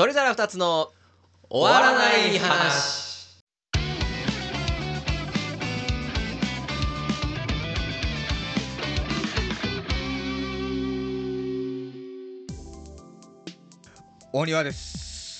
鳥皿2つの終わらない話。 大庭です。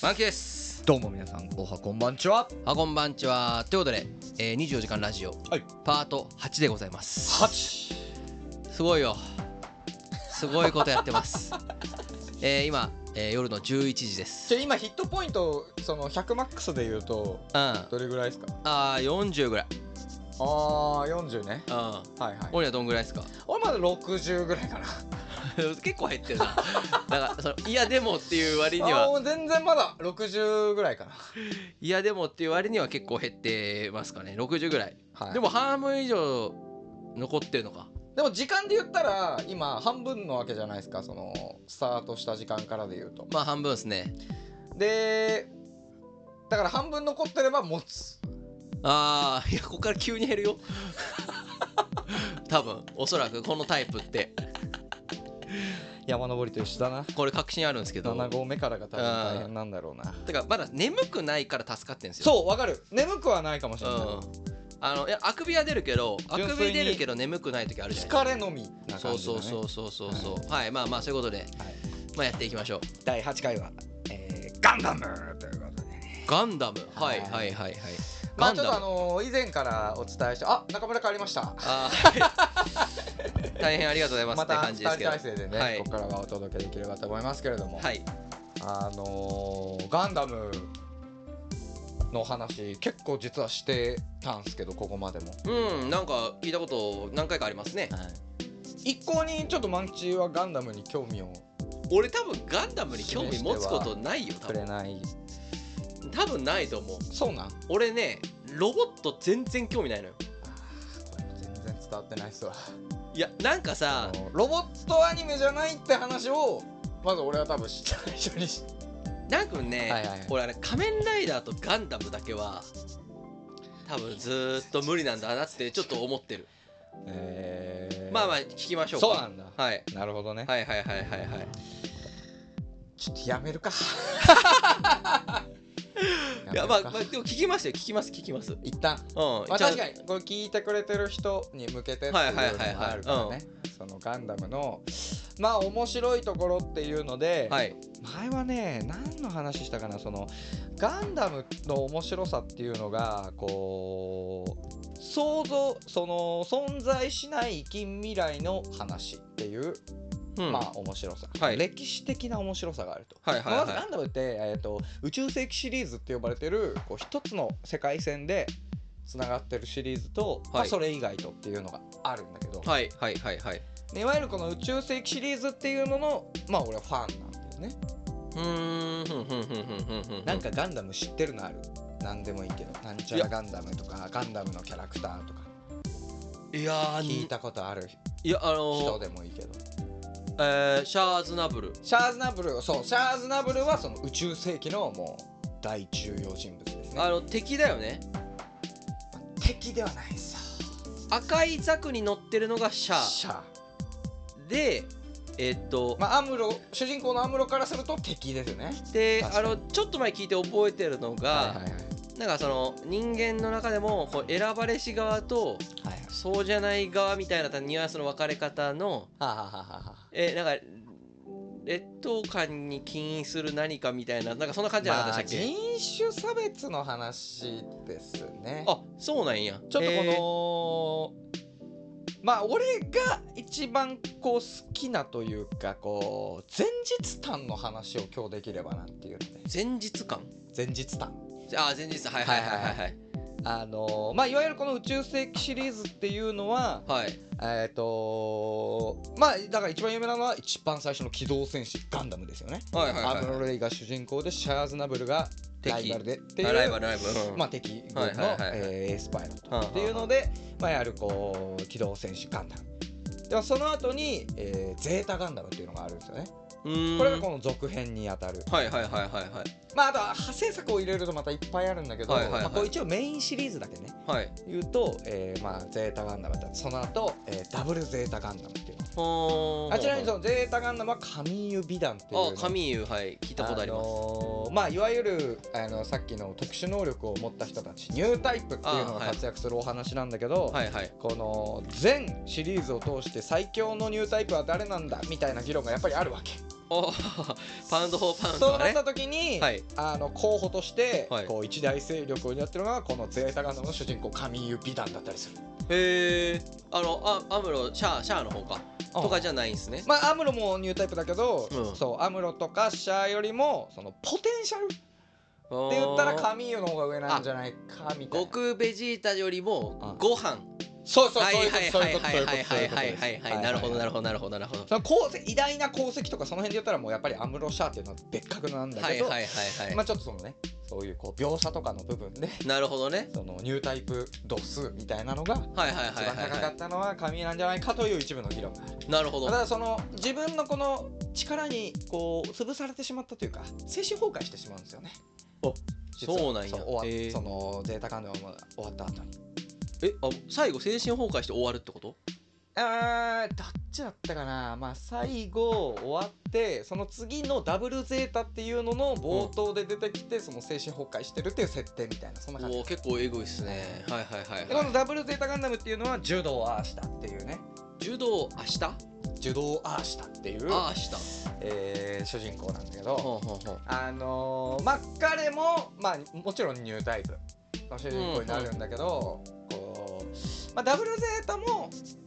マンキです。 どうも皆さん、おはこんばんちは。 こんばんちは。ということで、24時間ラジオ、 はい、 パート8でございます。 8。 すごいよ。すごいことやってます。今、夜の11時です。 今ヒットポイントその100マックスで言うと、どれぐらいですか ？40ぐらい。 40ね。 はいはい。 俺はどんぐらいですか？ 俺まだ60ぐらいかな。 結構減ってるな。だからいやでもっていう割には全然まだ60ぐらいかな。 いやでもっていう割には結構減ってますかね。60ぐらい、 はい、 でも半分以上残ってるのか。 でも時間で言ったら今半分のわけじゃないですか。そのスタートした時間からで言うとまあ半分ですね。 でだから半分残ってれば持つ。 いやここから急に減るよ。多分おそらくこのタイプって山登りと一緒だな。 これ確信あるんですけど、 7合目からが多分大変なんだろうな。 だからまだ眠くないから助かってんですよ。 そう、わかる。眠くはないかもしれない。 いやあくびは出るけど眠くない時あるじゃないですか。 疲れのみな感じだね。 そうはい、まあそういうことで、まあやっていきましょう。 第8回は、ガンダムということでね。 ガンダム、はいまあちょっと以前からお伝えして中村変わりました。 大変ありがとうございますって感じですけど、 また2人体制でね、ここからはお届けできればと思いますけれども、ガンダムの話結構実はしてたんすけど、ここまでもなんか聞いたこと何回かありますね。 一向にちょっとマンキはガンダムに興味を俺多分ガンダムに興味持つことないよ。 くれない。 多分ないと思う。 そうなん？ 俺ね、ロボット全然興味ないのよ。 これ全然伝わってないっすわ。 いやなんかさ、 ロボットアニメじゃないって話をまず俺は多分最初になんかね、俺仮面ライダーとガンダムだけは多分ずーっと無理なんだなってちょっと思ってる。まあ聞きましょうか。 そうなんだ。 はい。 なるほどね。 はいちょっとやめるか。 いやまあでも聞きますよ。聞きます一旦。確かにこれ聞いてくれてる人に向けてっていうのがあるからね。そのガンダムのまあ面白いところっていうので、前はね何の話したかな。そのガンダムの面白さっていうのがこうその存在しない近未来の話っていうまあ面白さ、歴史的な面白さがあると。まずガンダムって宇宙世紀シリーズって呼ばれてるこう一つの世界線でつながってるシリーズと、それ以外とっていうのがあるんだけど、いわゆるこの宇宙世紀シリーズっていうののまあ俺はファンなんだよね。なんかガンダム知ってるのある？なんでもいいけど、なんちゃらガンダムとかガンダムのキャラクターとか聞いたことある人でもいいけど。 シャーズナブル。 シャーズナブルはその宇宙世紀のもう大重要人物ですね。 敵だよね。 敵ではないさ。 赤いザクに乗ってるのがシャーで、 まあアムロ、主人公のアムロからすると敵ですよね。 でちょっと前聞いて覚えてるのが、なんかその人間の中でもこう選ばれし側とそうじゃない側みたいなニュアンスの分かれ方のなんか劣等感に起因する何かみたいな、なんかそんな感じじゃなかったでしたっけ？ 人種差別の話ですね。 そうなんや。 ちょっとこのまあ俺が一番こう好きなというかこう前日譚の話を今日できればなっていうので。 前日譚まあいわゆるこの宇宙世紀シリーズっていうのはまあだから一番有名なのは一番最初の機動戦士ガンダムですよね。アムロレイが主人公でシャーズナブルがライバルでっていうまあ敵軍のエースパイロットっていうのでまあやるこう機動戦士ガンダムではその後にゼータガンダムっていうのがあるんですよね。これがこの続編にあたる。まああとは派生作を入れるとまたいっぱいあるんだけど、これ一応メインシリーズだけね言うとまあゼータガンダムだったその後ダブルゼータガンダムっていうの。ちなみにそのゼータガンダムはカミーユ美団っていうカミーユ聞いたことあります。 まあいわゆるさっきの特殊能力を持った人たちニュータイプっていうのが活躍するお話なんだけど、この全シリーズを通して最強のニュータイプは誰なんだみたいな議論がやっぱりあるわけ。 パウンド・フォー・パウンド、 そうなった時に、候補として、こう一大勢力を担ってるのがこのゼータガンダムの主人公カミーユ・ビダンだったりする。 へえ。アムロシャアの方かとかじゃないんですね。 まあアムロもニュータイプだけど、そうアムロとかシャアよりもそのポテンシャルって言ったらカミーユの方が上なんじゃないかみたいな。 悟空ベジータよりもご飯。 そうそう、 はいはいはいはいはいはい、なるほどなるほどなるほどなるほど。 その偉大な功績とかその辺で言ったらもうやっぱりアムロシャアっていうのは別格なんだけど、まあちょっとそのね、そういうこう描写とかの部分で、 なるほどね、 そのニュータイプ度数みたいなのが一番高かったのはカミーなんじゃないかという一部の議論がある。 なるほど。 ただその自分のこの力にこう潰されてしまったというか精神崩壊してしまうんですよね。 そうなんや。 そのゼータガンダムが終わった後に。 最後精神崩壊して終わるってこと？ どっちだったかな。まあ最後終わってその次のダブルゼータっていうのの冒頭で出てきて、その精神崩壊してるっていう設定みたいな、そんな感じ。 結構エグいっすね。はいはいはい。 でこのダブルゼータガンダムっていうのは柔道アーシタっていうね、 柔道アシタ柔道アーシタっていう主人公なんだけど、まあ彼もまあもちろんニュータイプの主人公になるんだけど、まあ、ダブルゼータも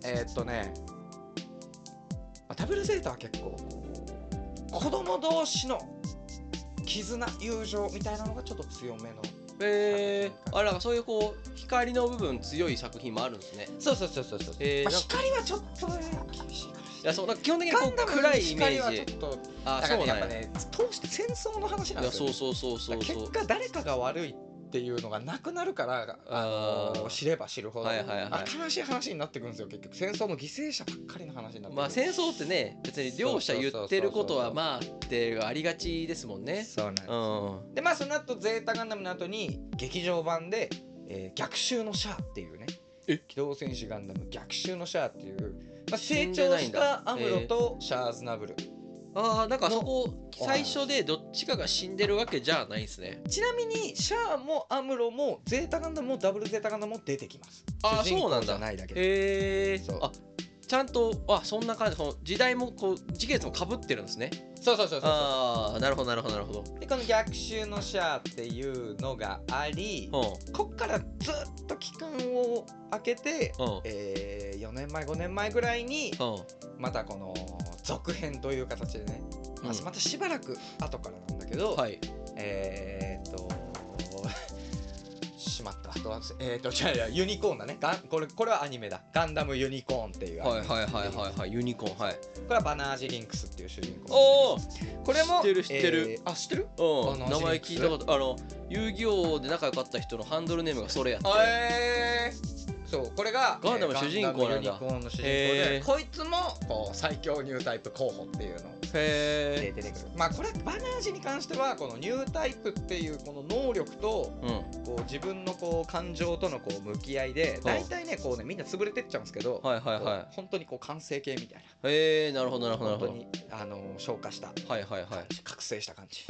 ダブルゼータは結構子供同士の絆友情みたいなのがちょっと強めの。 なんかそういうこう光の部分強い作品もあるんですね。 そうそうそうそうそう。まあ、光はちょっと厳しいかもしれない。 いや、そうなんか基本的にこう暗いイメージ。 そうなんやっぱね、通して戦争の話なんですよ。そう結果誰かが悪いっていうのがなくなるから、知れば知るほど悲しい話になってくるんですよ。結局戦争の犠牲者ばっかりの話になってくる。 まあ戦争ってね、別に両者言ってることはまあってありがちですもんね。 そうなんです。でまあその後ゼータガンダムの後に劇場版で、逆襲のシャアっていうね、機動戦士ガンダム逆襲のシャアっていう、まあ、成長したアムロとシャアズナブル。 なんかそこ最初でどっちかが死んでるわけじゃないですね。 ちなみにシャアもアムロもゼータガンダムもダブルゼータガンダムも出てきます。 そうなんだ。 じゃないだけで。 ちゃんとそんな感じ、その時代もこう時系列も被ってるんですね。 そうなるほどなるほどなるほど。 でこの逆襲のシャアっていうのがあり、こっからずっと期間を空けて、4年前5年前ぐらいにまたこの続編という形でね、またしばらく後からなんだけど、しまったユニコーンだね。これはアニメだ。ガンダムユニコーンっていうアニメ。 ユニコーン。これはバナージリンクスっていう主人公。これも知ってる。知ってる。 知ってる？ 名前聞いたこと。遊戯王で仲良かった人のハンドルネームがそれやって。 そうこれがガンダム主人公なんだ。 ユニコーンの主人公で、こいつもこう最強ニュータイプ候補っていうので出てくる。まあこれバナージに関してはこのニュータイプっていうこの能力と、こう自分のこう感情とのこう向き合いで大体ねこうねみんな潰れてっちゃうんですけど、本当にこう完成形みたいな。 なるほどなるほど。 本当に消化した覚醒した感じ。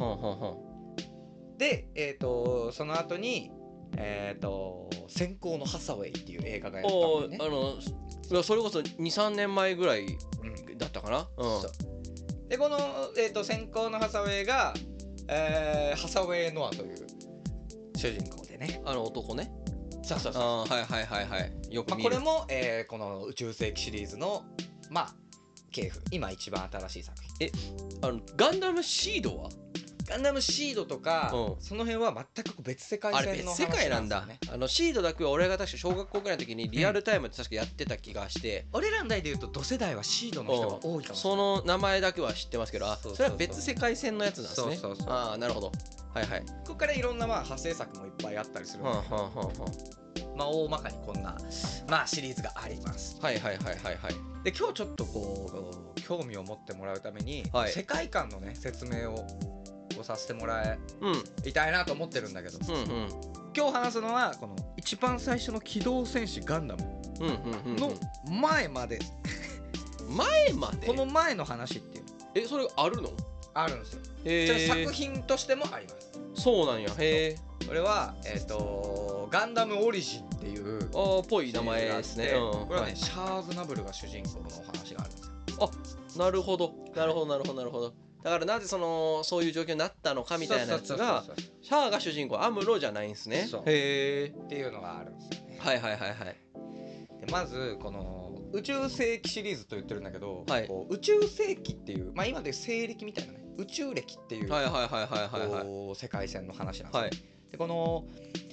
でその後に先行のハサウェイっていう映画がやったんでね。 それこそ 2,3 年前ぐらいだったかな。 でこの、先行のハサウェイが、ハサウェイ・ノアという主人公でね。 男ね。 そう。 よく見る。 これも、この宇宙世紀シリーズの系譜、今一番新しい作品。 ガンダムシードは？ ガンダムシードとか、その辺は全く別世界線の話なんですよね。 別世界なんだ。シードだけは俺が確か小学校くらいの時にリアルタイムで確かやってた気がして、 俺らの代でいうと同世代はシードの人が多いかもしれない。 その名前だけは知ってますけど、それは別世界線のやつなんですね。なるほど。ここからいろんな派生作もいっぱいあったりするので、大まかにこんなシリーズがあります。で今日ちょっとこう興味を持ってもらうために、世界観のね説明をさせてもらいたいなと思ってるんだけど、今日話すのはこの一番最初の機動戦士ガンダムの前まで。 前まで？ この前の話っていう。 それあるの？ あるんですよ。作品としてもあります。 そうなんや。へえ。 これはガンダムオリジンっていうぽい名前ですね。 これはね、シャーズナブルが主人公のお話があるんですよ。 あ、なるほどなるほどなるほどなるほど。だからなぜそういう状況になったのかみたいなやつが、シャアが主人公、アムロじゃないんですね。 へえ。っていうのがあるんですよね。 はいはいはいはい。 でまずこの宇宙世紀シリーズと言ってるんだけど、こう宇宙世紀っていう、今で西暦みたいなね、宇宙歴っていう世界線の話なんですよ。でこの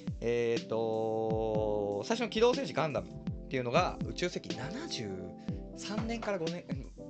最初の機動戦士ガンダムっていうのが宇宙世紀73年から5年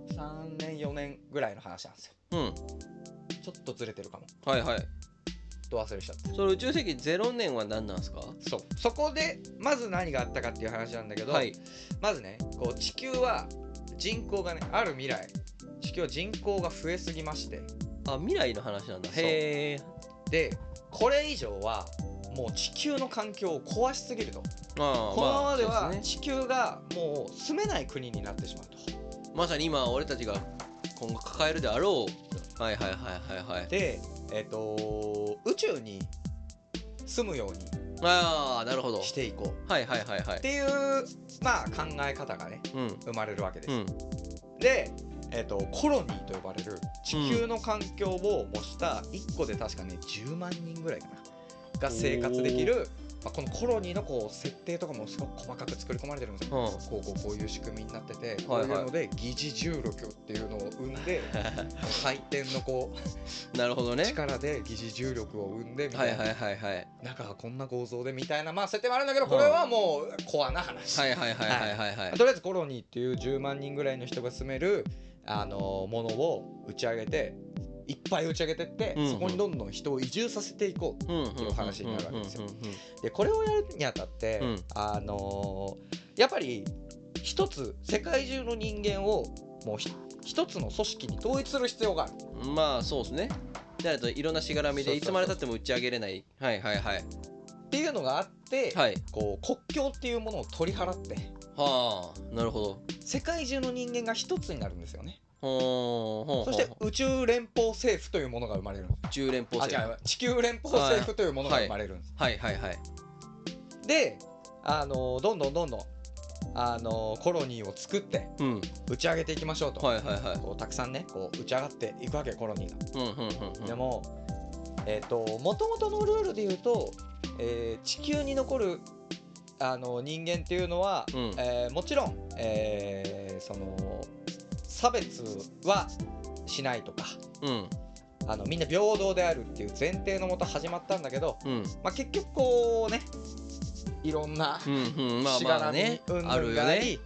3年4年ぐらいの話なんですよ。ちょっとずれてるかも。忘れちゃった。 それ宇宙世紀0年は何なんですか？ そこでまず何があったかっていう話なんだけど、まずね、こう地球は人口がね、ある未来地球は人口が増えすぎまして、 未来の話なんだ。へえ。 でこれ以上はもう地球の環境を壊しすぎると、このままでは地球がもう住めない国になってしまうと。 まさに今俺たちが今後抱えるであろう。で宇宙に住むようにしていこうっていう考え方がね、生まれるわけです。でコロニーと呼ばれる地球の環境を模した1個で確かね10万人ぐらいかなが生活できる、このコロニーのこう設定とかもすごく細かく作り込まれてるんですよ。こういう仕組みになってて、こういうので疑似重力っていうのを生んで回転のこうなるほどね、 力で疑似重力を生んでみたいな、中はこんな構造でみたいな設定もあるんだけど、これはもうコアな話。とりあえずコロニーっていう10万人ぐらいの人が住めるものを打ち上げて、いっぱい打ち上げてって、そこにどんどん人を移住させていこうっていう話になるわけですよ。でこれをやるにあたって、やっぱり一つ世界中の人間をもう一つの組織に統一する必要がある。 そうですね。じゃないといろんなしがらみでいつまでたっても打ち上げれない。 っていうのがあって、こう国境っていうものを取り払って、 なるほど、 世界中の人間が一つになるんですよね。そして宇宙連邦政府というものが生まれる。 宇宙連邦政府、 地球連邦政府というものが生まれるんです。でどんどんコロニーを作って打ち上げていきましょうと。こうたくさんねこう打ち上がっていくわけ、コロニーが。でも元々のルールで言うと、地球に残る人間っていうのは、もちろん、その差別はしないとか、みんな平等であるっていう前提のもと始まったんだけど、結局こうね、いろんなしがらみ云々があり、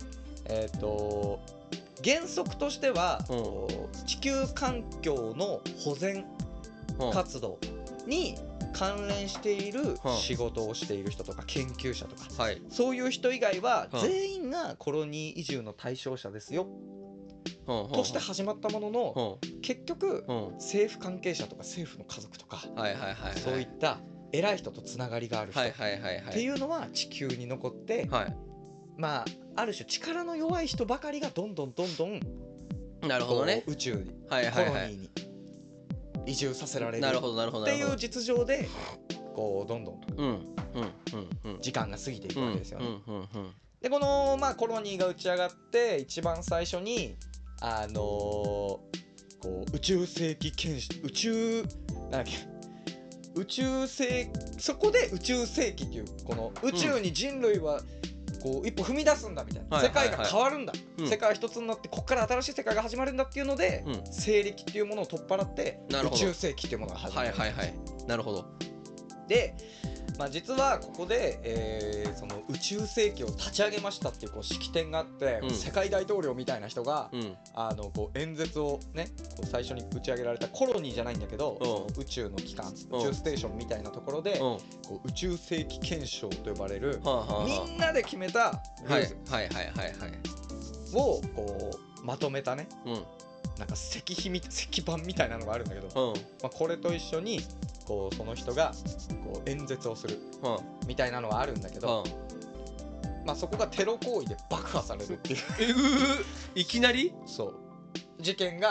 原則としては、地球環境の保全活動に関連している仕事をしている人とか研究者とか、そういう人以外は全員がコロニー移住の対象者ですよとして始まったものの、結局政府関係者とか政府の家族とか、そういった偉い人とつながりがある人っていうのは地球に残って、ある種力の弱い人ばかりがどんどんなるほどね、 宇宙にコロニーに移住させられるっていう実情で、こうどんどん時間が過ぎていくわけですよね。でこのコロニーが打ち上がって一番最初にこう宇宙世紀憲章、そこで宇宙世紀っていう、この宇宙に人類はこう一歩踏み出すんだみたいな、世界が変わるんだ、世界一つになってここから新しい世界が始まるんだっていうので、西暦っていうものを取っ払って宇宙世紀っていうものが始まる。 なるほど。 で実はここで、その宇宙世紀を立ち上げましたっていうこう式典があって、世界大統領みたいな人が、こう演説をね、こう最初に打ち上げられたコロニーじゃないんだけど、宇宙の機関、宇宙ステーションみたいなところで、こう宇宙世紀憲章と呼ばれる、みんなで決めたルールをこうまとめたね、なんか石板みたいなのがあるんだけど、これと一緒にこうその人がこう演説をするみたいなのがあるんだけど、そこがテロ行為で爆破されるっていういきなりそう事件が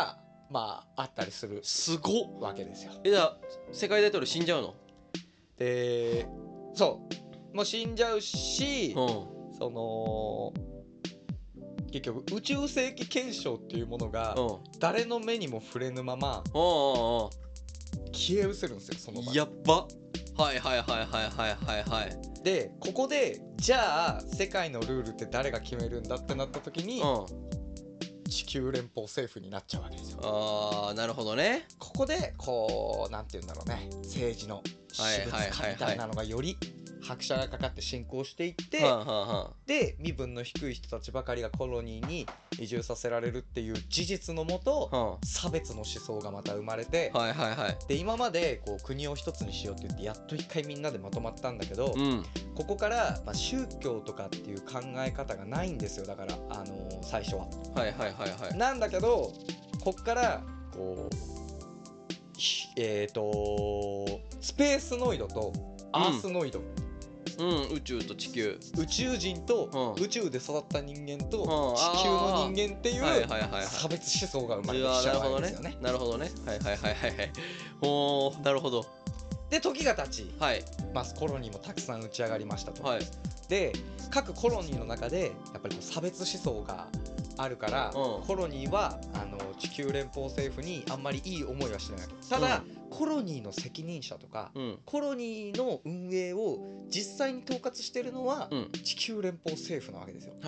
まああったりするすごっわけですよ。 じゃあ世界大統領死んじゃうの？ でそうもう死んじゃうし、その結局宇宙世紀憲章っていうものが誰の目にも触れぬまま消え失せるんですよ、その場で。 やっば。はいはいはいはいはいはいでここでじゃあ世界のルールって誰が決めるんだってなった時に、地球連邦政府になっちゃうわけですよ。 ああなるほどね。 ここでこうなんていうんだろうね、政治の私物化みたいなのがより拍車がかかって進行していって、で身分の低い人たちばかりがコロニーに移住させられるっていう事実のもと、差別の思想がまた生まれて、で今までこう国を一つにしようって言ってやっと一回みんなでまとまったんだけど、ここから、宗教とかっていう考え方がないんですよ。だから、最初は。なんだけどこっからこうスペースノイドとアースノイド、 宇宙と地球、 宇宙人と宇宙で育った人間と地球の人間っていう差別思想が生まれてきちゃうわけですよね。 なるほどね。はいはいはいはい。おーなるほど。 で時が経ち、コロニーもたくさん打ち上がりましたと。で各コロニーの中でやっぱりこう差別思想があるから、コロニーは地球連邦政府にあんまりいい思いはしないわけ。ただ、コロニーの責任者とか、コロニーの運営を実際に統括してるのは、地球連邦政府なわけですよ。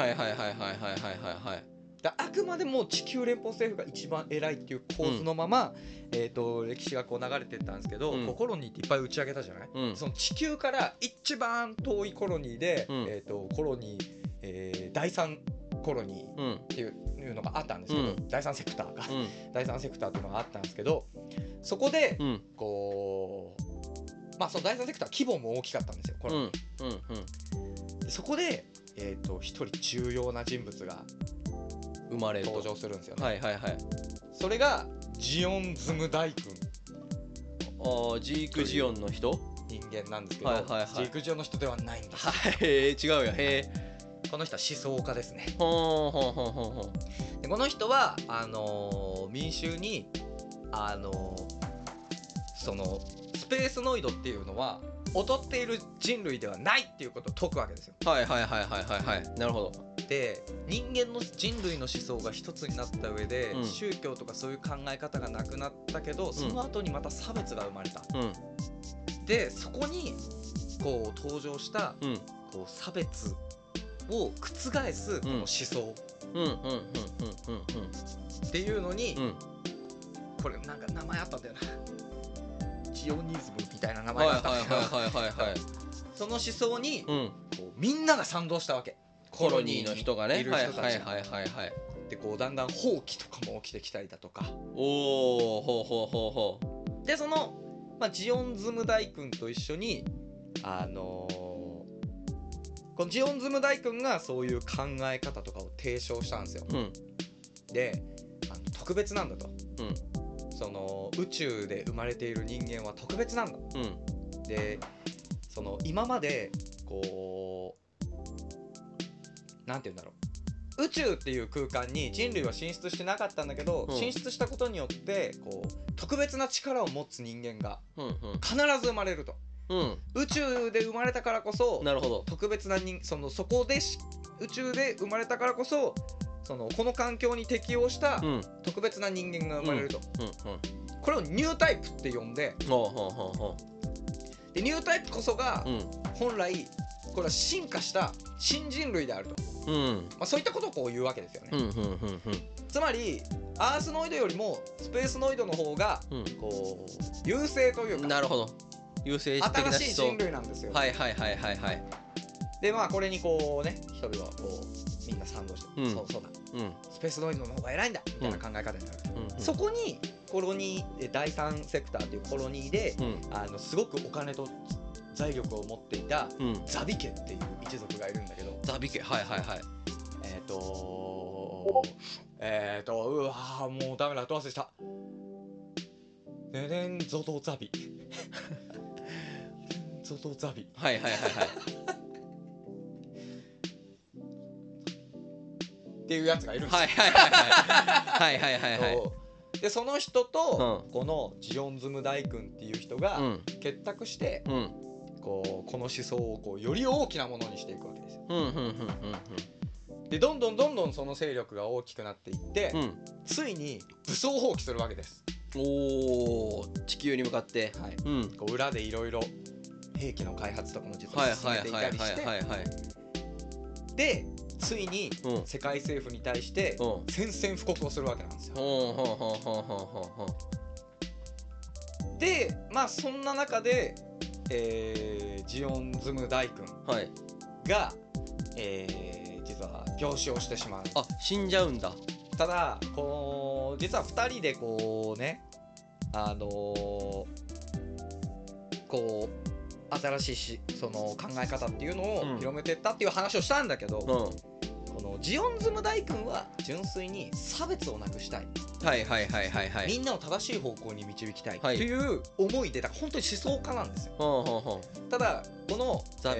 あくまでも地球連邦政府が一番偉いっていう構図のまま、歴史がこう流れてったんですけど、コロニーっていっぱい打ち上げたじゃない、その地球から一番遠いコロニーで、コロニー、第3コロニーっていうのがあったんですけど、第3セクターが、第3セクターっていうのがあったんですけど、そこで、こうその第3セクター規模も大きかったんですよ、コロニー。でそこで一人重要な人物が生まれる登場するんですよね。それがジオンズム大君。 ジークジオンの人人間なんですけど、ジークジオンの人ではないんですよ。 違うよ。 この人は思想家ですね。でこの人は民衆にそのスペースノイドっていうのは劣っている人類ではないっていうことを説くわけですよ。なるほど。で人間の人類の思想が一つになった上で、宗教とかそういう考え方がなくなったけど、その後にまた差別が生まれた。でそこにこう登場した、こう差別を覆すこの思想っていうのに、これなんか名前あったんだよな。ジオニズムみたいな名前があったんだけど、その思想にこうみんなが賛同したわけ。 コロニーの人がね。 いる人たちでこうだんだん放棄とかも起きてきたりだとか。でその、ジオンズム大君と一緒にこのジオンズム大君がそういう考え方とかを提唱したんですよ。で特別なんだと。その宇宙で生まれている人間は特別なんだ。でその今までこうなんて言うんだろう、宇宙っていう空間に人類は進出してなかったんだけど、進出したことによってこう特別な力を持つ人間が必ず生まれると。宇宙で生まれたからこそ、特別なそこで宇宙で生まれたからこそこの環境に適応した特別な人間が生まれると。これをニュータイプって呼んで、でニュータイプこそが本来これは進化した新人類であると。そういったことをこう言うわけですよね。つまりアースノイドよりもスペースノイドの方がこう優勢というか、 なるほど、優勢的な思想、 新しい人類なんですよ。でこれにこうね人々はこうみんな賛同して、そうだ、スペースノイドの方が偉いんだみたいな考え方になる。そこにコロニー第3セクターというコロニーで、すごくお金と財力を持っていたザビ家っていう一族がいるんだけど、 ザビ家、 うわもうダメだ、ど忘れした。ネレンゾドザビゾドザビっていうやつがいるんですよ。 でその人と、このジオンズム大君っていう人が結託して、この思想をこうより大きなものにしていくわけですよ。でどんどんその勢力が大きくなっていって、ついに武装蜂起するわけです。 おー、地球に向かって、 はい、こう裏でいろいろ兵器の開発とかも実は進めていたりして、でついに世界政府に対して宣戦布告をするわけなんですよ。でまあそんな中で、ジオンズム大君が、実は病死をしてしまう。 あ、死んじゃうんだ。 ただこう実は2人でこうねこう新しいその考え方っていうのを広めていったっていう話をしたんだけど、このジオンズム大君は純粋に差別をなくしたい、みんなを正しい方向に導きたいという思いで、だから本当に思想家なんですよ。ただこのザ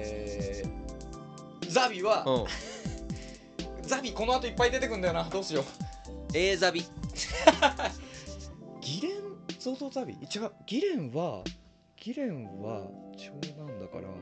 ビはザビこの後いっぱい出てくんだよな、どうしよう。 ザビギレンゾゾザビ、違う、ギレンは長男だから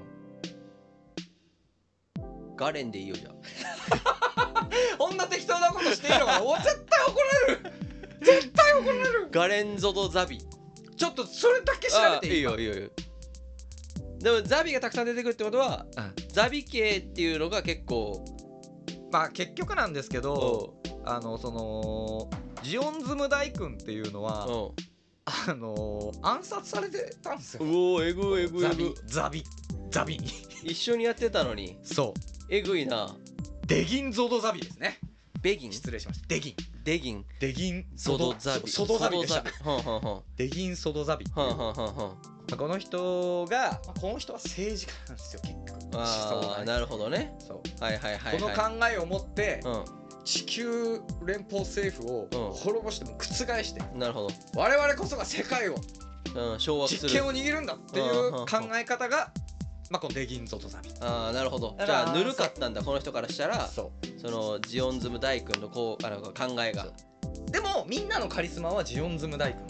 ガレンでいいよ。じゃあこんな適当なことしていいのかな。絶対怒られる絶対怒られる。 ガレンゾドザビ、 ちょっとそれだけ調べていい？ いいよ。でもザビがたくさん出てくるってことは、ザビ系っていうのが結構、 まあ結局なんですけど、そのジオンズム大君っていうのは暗殺されてたんですよ。 えぐいザビ一緒にやってたのに。 そう、 えぐいな。 デギンゾドザビですね。 ベギン、 失礼しました。デギンソドザビ、 ソドザビでした。デギンソドザビ。この人は政治家なんですよ結局。 なるほどね。 そう、 この考えを持って地球連邦政府を滅ぼしても覆して、 なるほど、 我々こそが世界を掌握する、 実権を握るんだっていう考え方がこのデギンゾドザビ。 なるほど。じゃあぬるかったんだこの人からしたら、そのジオンズム大君の考えが。 でもみんなのカリスマはジオンズム大君。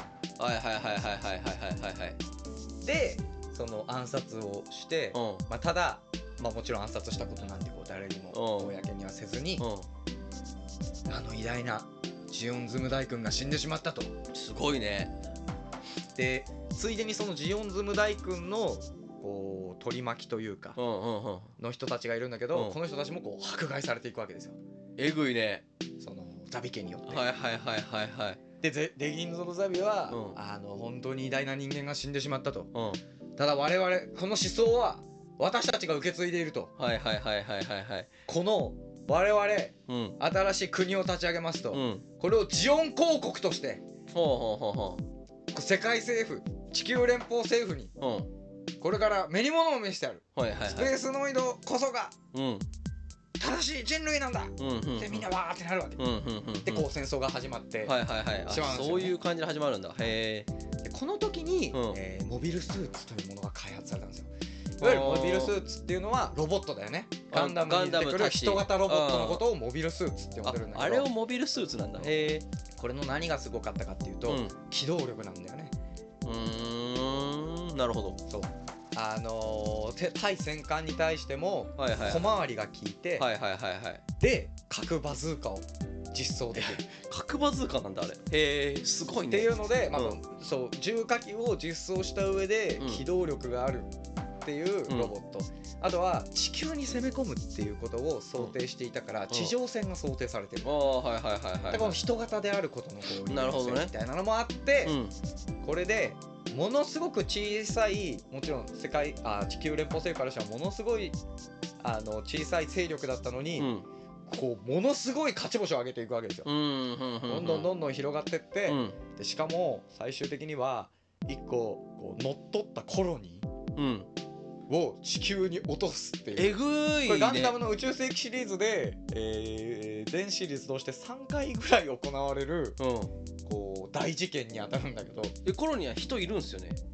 でその暗殺をして、ただもちろん暗殺したことなんてこう誰にも公にはせずに、偉大なジオンズム大君が死んでしまったと。 すごいね。 でついでにそのジオンズム大君のこう取り巻きというかの人たちがいるんだけど、この人たちもこう迫害されていくわけですよ。 えぐいね。 そのザビ家によって。でデギンゾドザビは本当に偉大な人間が死んでしまったと。ただ我々この思想は私たちが受け継いでいると。この我々新しい国を立ち上げますと、これをジオン公国として世界政府、地球連邦政府にこれから目に物を見せてやる。スペースノイドこそが正しい人類なんだでみんなわーってなるわけで、こう戦争が始まってそういう感じで始まるんだ。 でこの時にモビルスーツというものが開発されたんですよ。いわゆるモビルスーツっていうのはロボットだよね。ガンダムに出てくる人型ロボットのことをモビルスーツって呼んでるんだけど、 あれをモビルスーツなんだ。 これの何がすごかったかっていうと、機動力なんだよね。 なるほど。 そう、対戦艦に対しても小回りが効いて、で核バズーカを実装できる。 核バズーカなんだあれ。すごいね。 っていうので、そう重火器を実装した上で機動力があるっていうロボット、あとは地球に攻め込むっていうことを想定していたから地上戦が想定されてる。だからこの人型であることのこうなるほどねみたいなのもあって、これでものすごく小さい、もちろん地球連邦政府からしてはものすごい小さい勢力だったのに、こうものすごい勝ち星を上げていくわけですよ。どんどん広がってって、でしかも最終的には一個こう乗っ取ったコロニーを地球に落とすっていう。 えぐいね。 これガンダムの宇宙世紀シリーズで、全シリーズとして3回ぐらい行われる、こう大事件に当たるんだけど。 コロニーは人いるんすよね。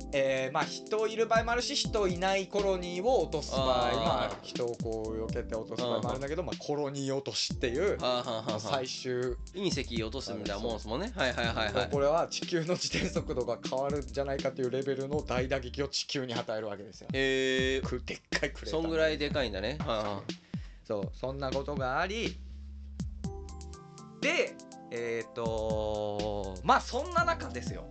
まあ人いる場合もあるし人いないコロニーを落とす場合もある。人をこう避けて落とす場合もあるんだけど、まあコロニー落としっていう最終隕石落とすみたいなもんですもんね。はいはいはいはい。 これは地球の自転速度が変わるんじゃないかというレベルの大打撃を地球に与えるわけですよ。 へえ。 でっかいクレーター。 そんぐらいでかいんだね。 そう、そんなことがあり、でまあそんな中ですよ。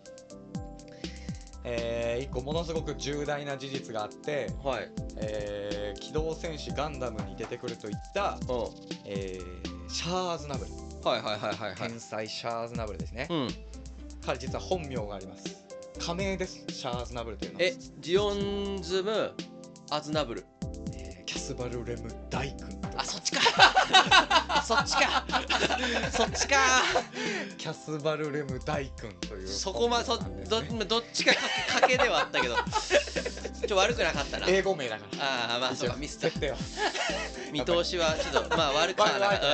一個ものすごく重大な事実があって、はい、機動戦士ガンダムに出てくるといった、シャアーズナブル、天才シャアーズナブルですね、彼実は本名があります。仮名です、シャアーズナブルというのは。 ジオンズムアズナブル、 キャスバルレム大君。 あ、そっちかそっちかそっちか。 キャスバルレム大君という、 そこまどっちか賭けではあったけど悪くなかったな。 英語名だから。 ああ、まあそうか、ミスったよ見通しはちょっとまあ悪くはなかった。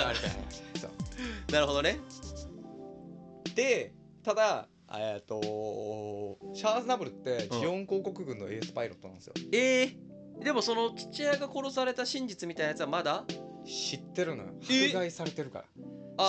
なるほどね。 で、ただシャアーズナブルってジオン公国軍のエースパイロットなんですよ。 でもその父親が殺された真実みたいなやつはまだ知ってるのよ。迫害されてるから。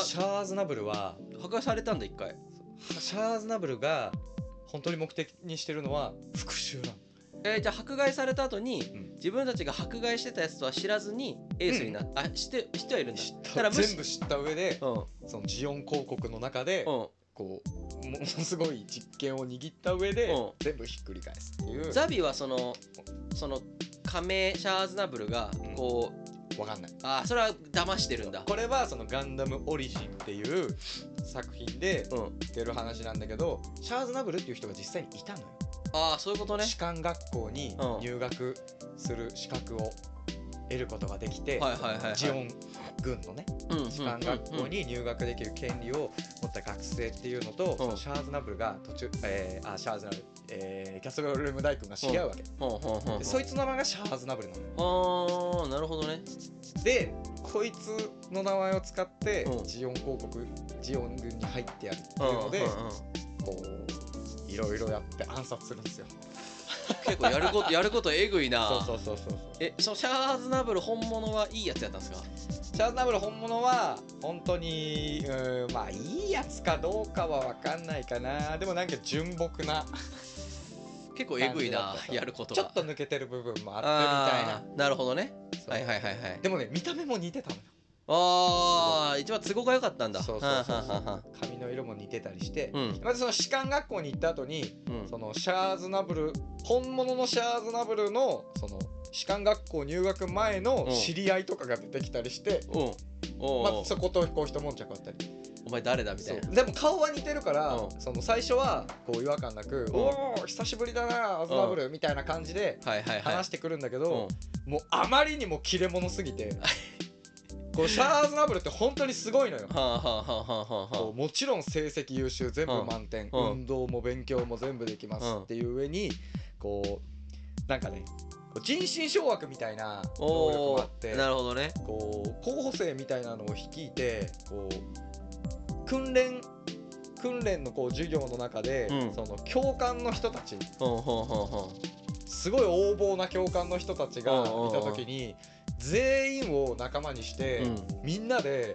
シャアーズナブルは迫害されたんだ一回。 シャアーズナブルが本当に目的にしてるのは復讐なの。 じゃあ迫害された後に、自分たちが迫害してたやつとは知らずにエースになって、知ってはいるんだ。 だから全部知った上で、そのジオン公国の中で、こうものすごい実権を握った上で、全部ひっくり返すっていう。 ザビはその仮名シャアーズナブルがこう、わかんない。 それは騙してるんだ。 これはそのガンダムオリジンっていう作品で出る話なんだけど、シャアーズナブルっていう人が実際にいたのよ。 そういうことね。 士官学校に入学する資格を得ることができて、ジオン軍のね、士官学校に入学できる権利を持った学生っていうのと、そのシャアーズナブルが途中、シャアーズナブル、キャスバルレム大君が知り合うわけ。でそいつの名前がシャアーズナブルなのよ。 なるほどね。 でこいつの名前を使ってジオン公国、ジオン軍に入ってやるっていうので、こういろいろやって暗殺するんですよ。 結構やることえぐいな。 そう。 そのシャアーズナブル本物はいいやつやったんですか？ シャアーズナブル本物は本当にまあいいやつかどうかは分かんないかな。でもなんか純朴な結構えぐいな、やることがちょっと抜けてる部分もあってみたいな。 なるほどね。はいでもね、見た目も似てたのよ。 一番都合が良かったんだ。 そう髪の色も似てたりして、まずその士官学校に行った後に、そのシャアーズナブル、本物のシャアーズナブルのその士官学校入学前の知り合いとかが出てきたりして、まあそことこう一悶着あったり。 お前誰だみたいな。 でも顔は似てるから、その最初はこう違和感なく、おお久しぶりだなアズナブルみたいな感じで話してくるんだけど、もうあまりにも切れ者すぎて。こうシャアーズナブルって本当にすごいのよ。もちろん成績優秀、全部満点、運動も勉強も全部できますっていう上に、こうなんかね、人心掌握みたいな能力もあって、 なるほどね。 こう候補生みたいなのを率いて、こう訓練のこう授業の中で、その教官の人たち、すごい横暴な教官の人たちがいた時に。全員を仲間にして、みんなで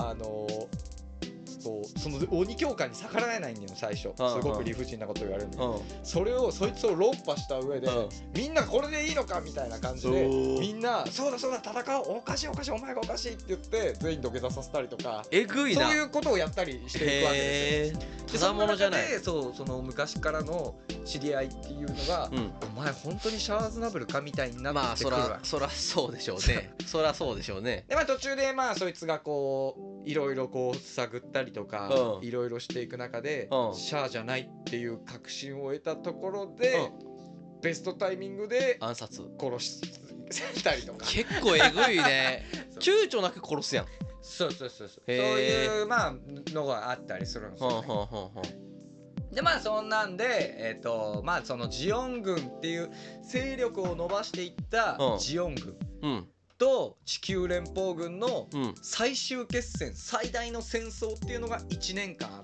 その鬼教官に逆らえないんだよ最初。すごく理不尽なこと言われるんだけど、そいつを論破した上で、みんなこれでいいのかみたいな感じで、みんなそうだ戦おう、おかしいお前がおかしいって言って全員土下座させたりとか、 えぐいな、 そういうことをやったりしていくわけですよ。 ただものじゃない。 その昔からの知り合いっていうのが、お前本当にシャアーズナブルかみたいになってくるわけ。 まあそらそうでしょうね。そらそうでしょうね。 で途中でそいつがこういろいろこう探ったりとか、いろいろしていく中で、シャアじゃないっていう確信を得たところで、ベストタイミングで暗殺殺したりとか。 結構えぐいね。躊躇なく殺すやん。 そういうのがあったりするんですよね。でそんなんでそのジオン軍っていう勢力を伸ばしていったジオン軍と地球連邦軍の最終決戦、最大の戦争っていうのが1年間あって、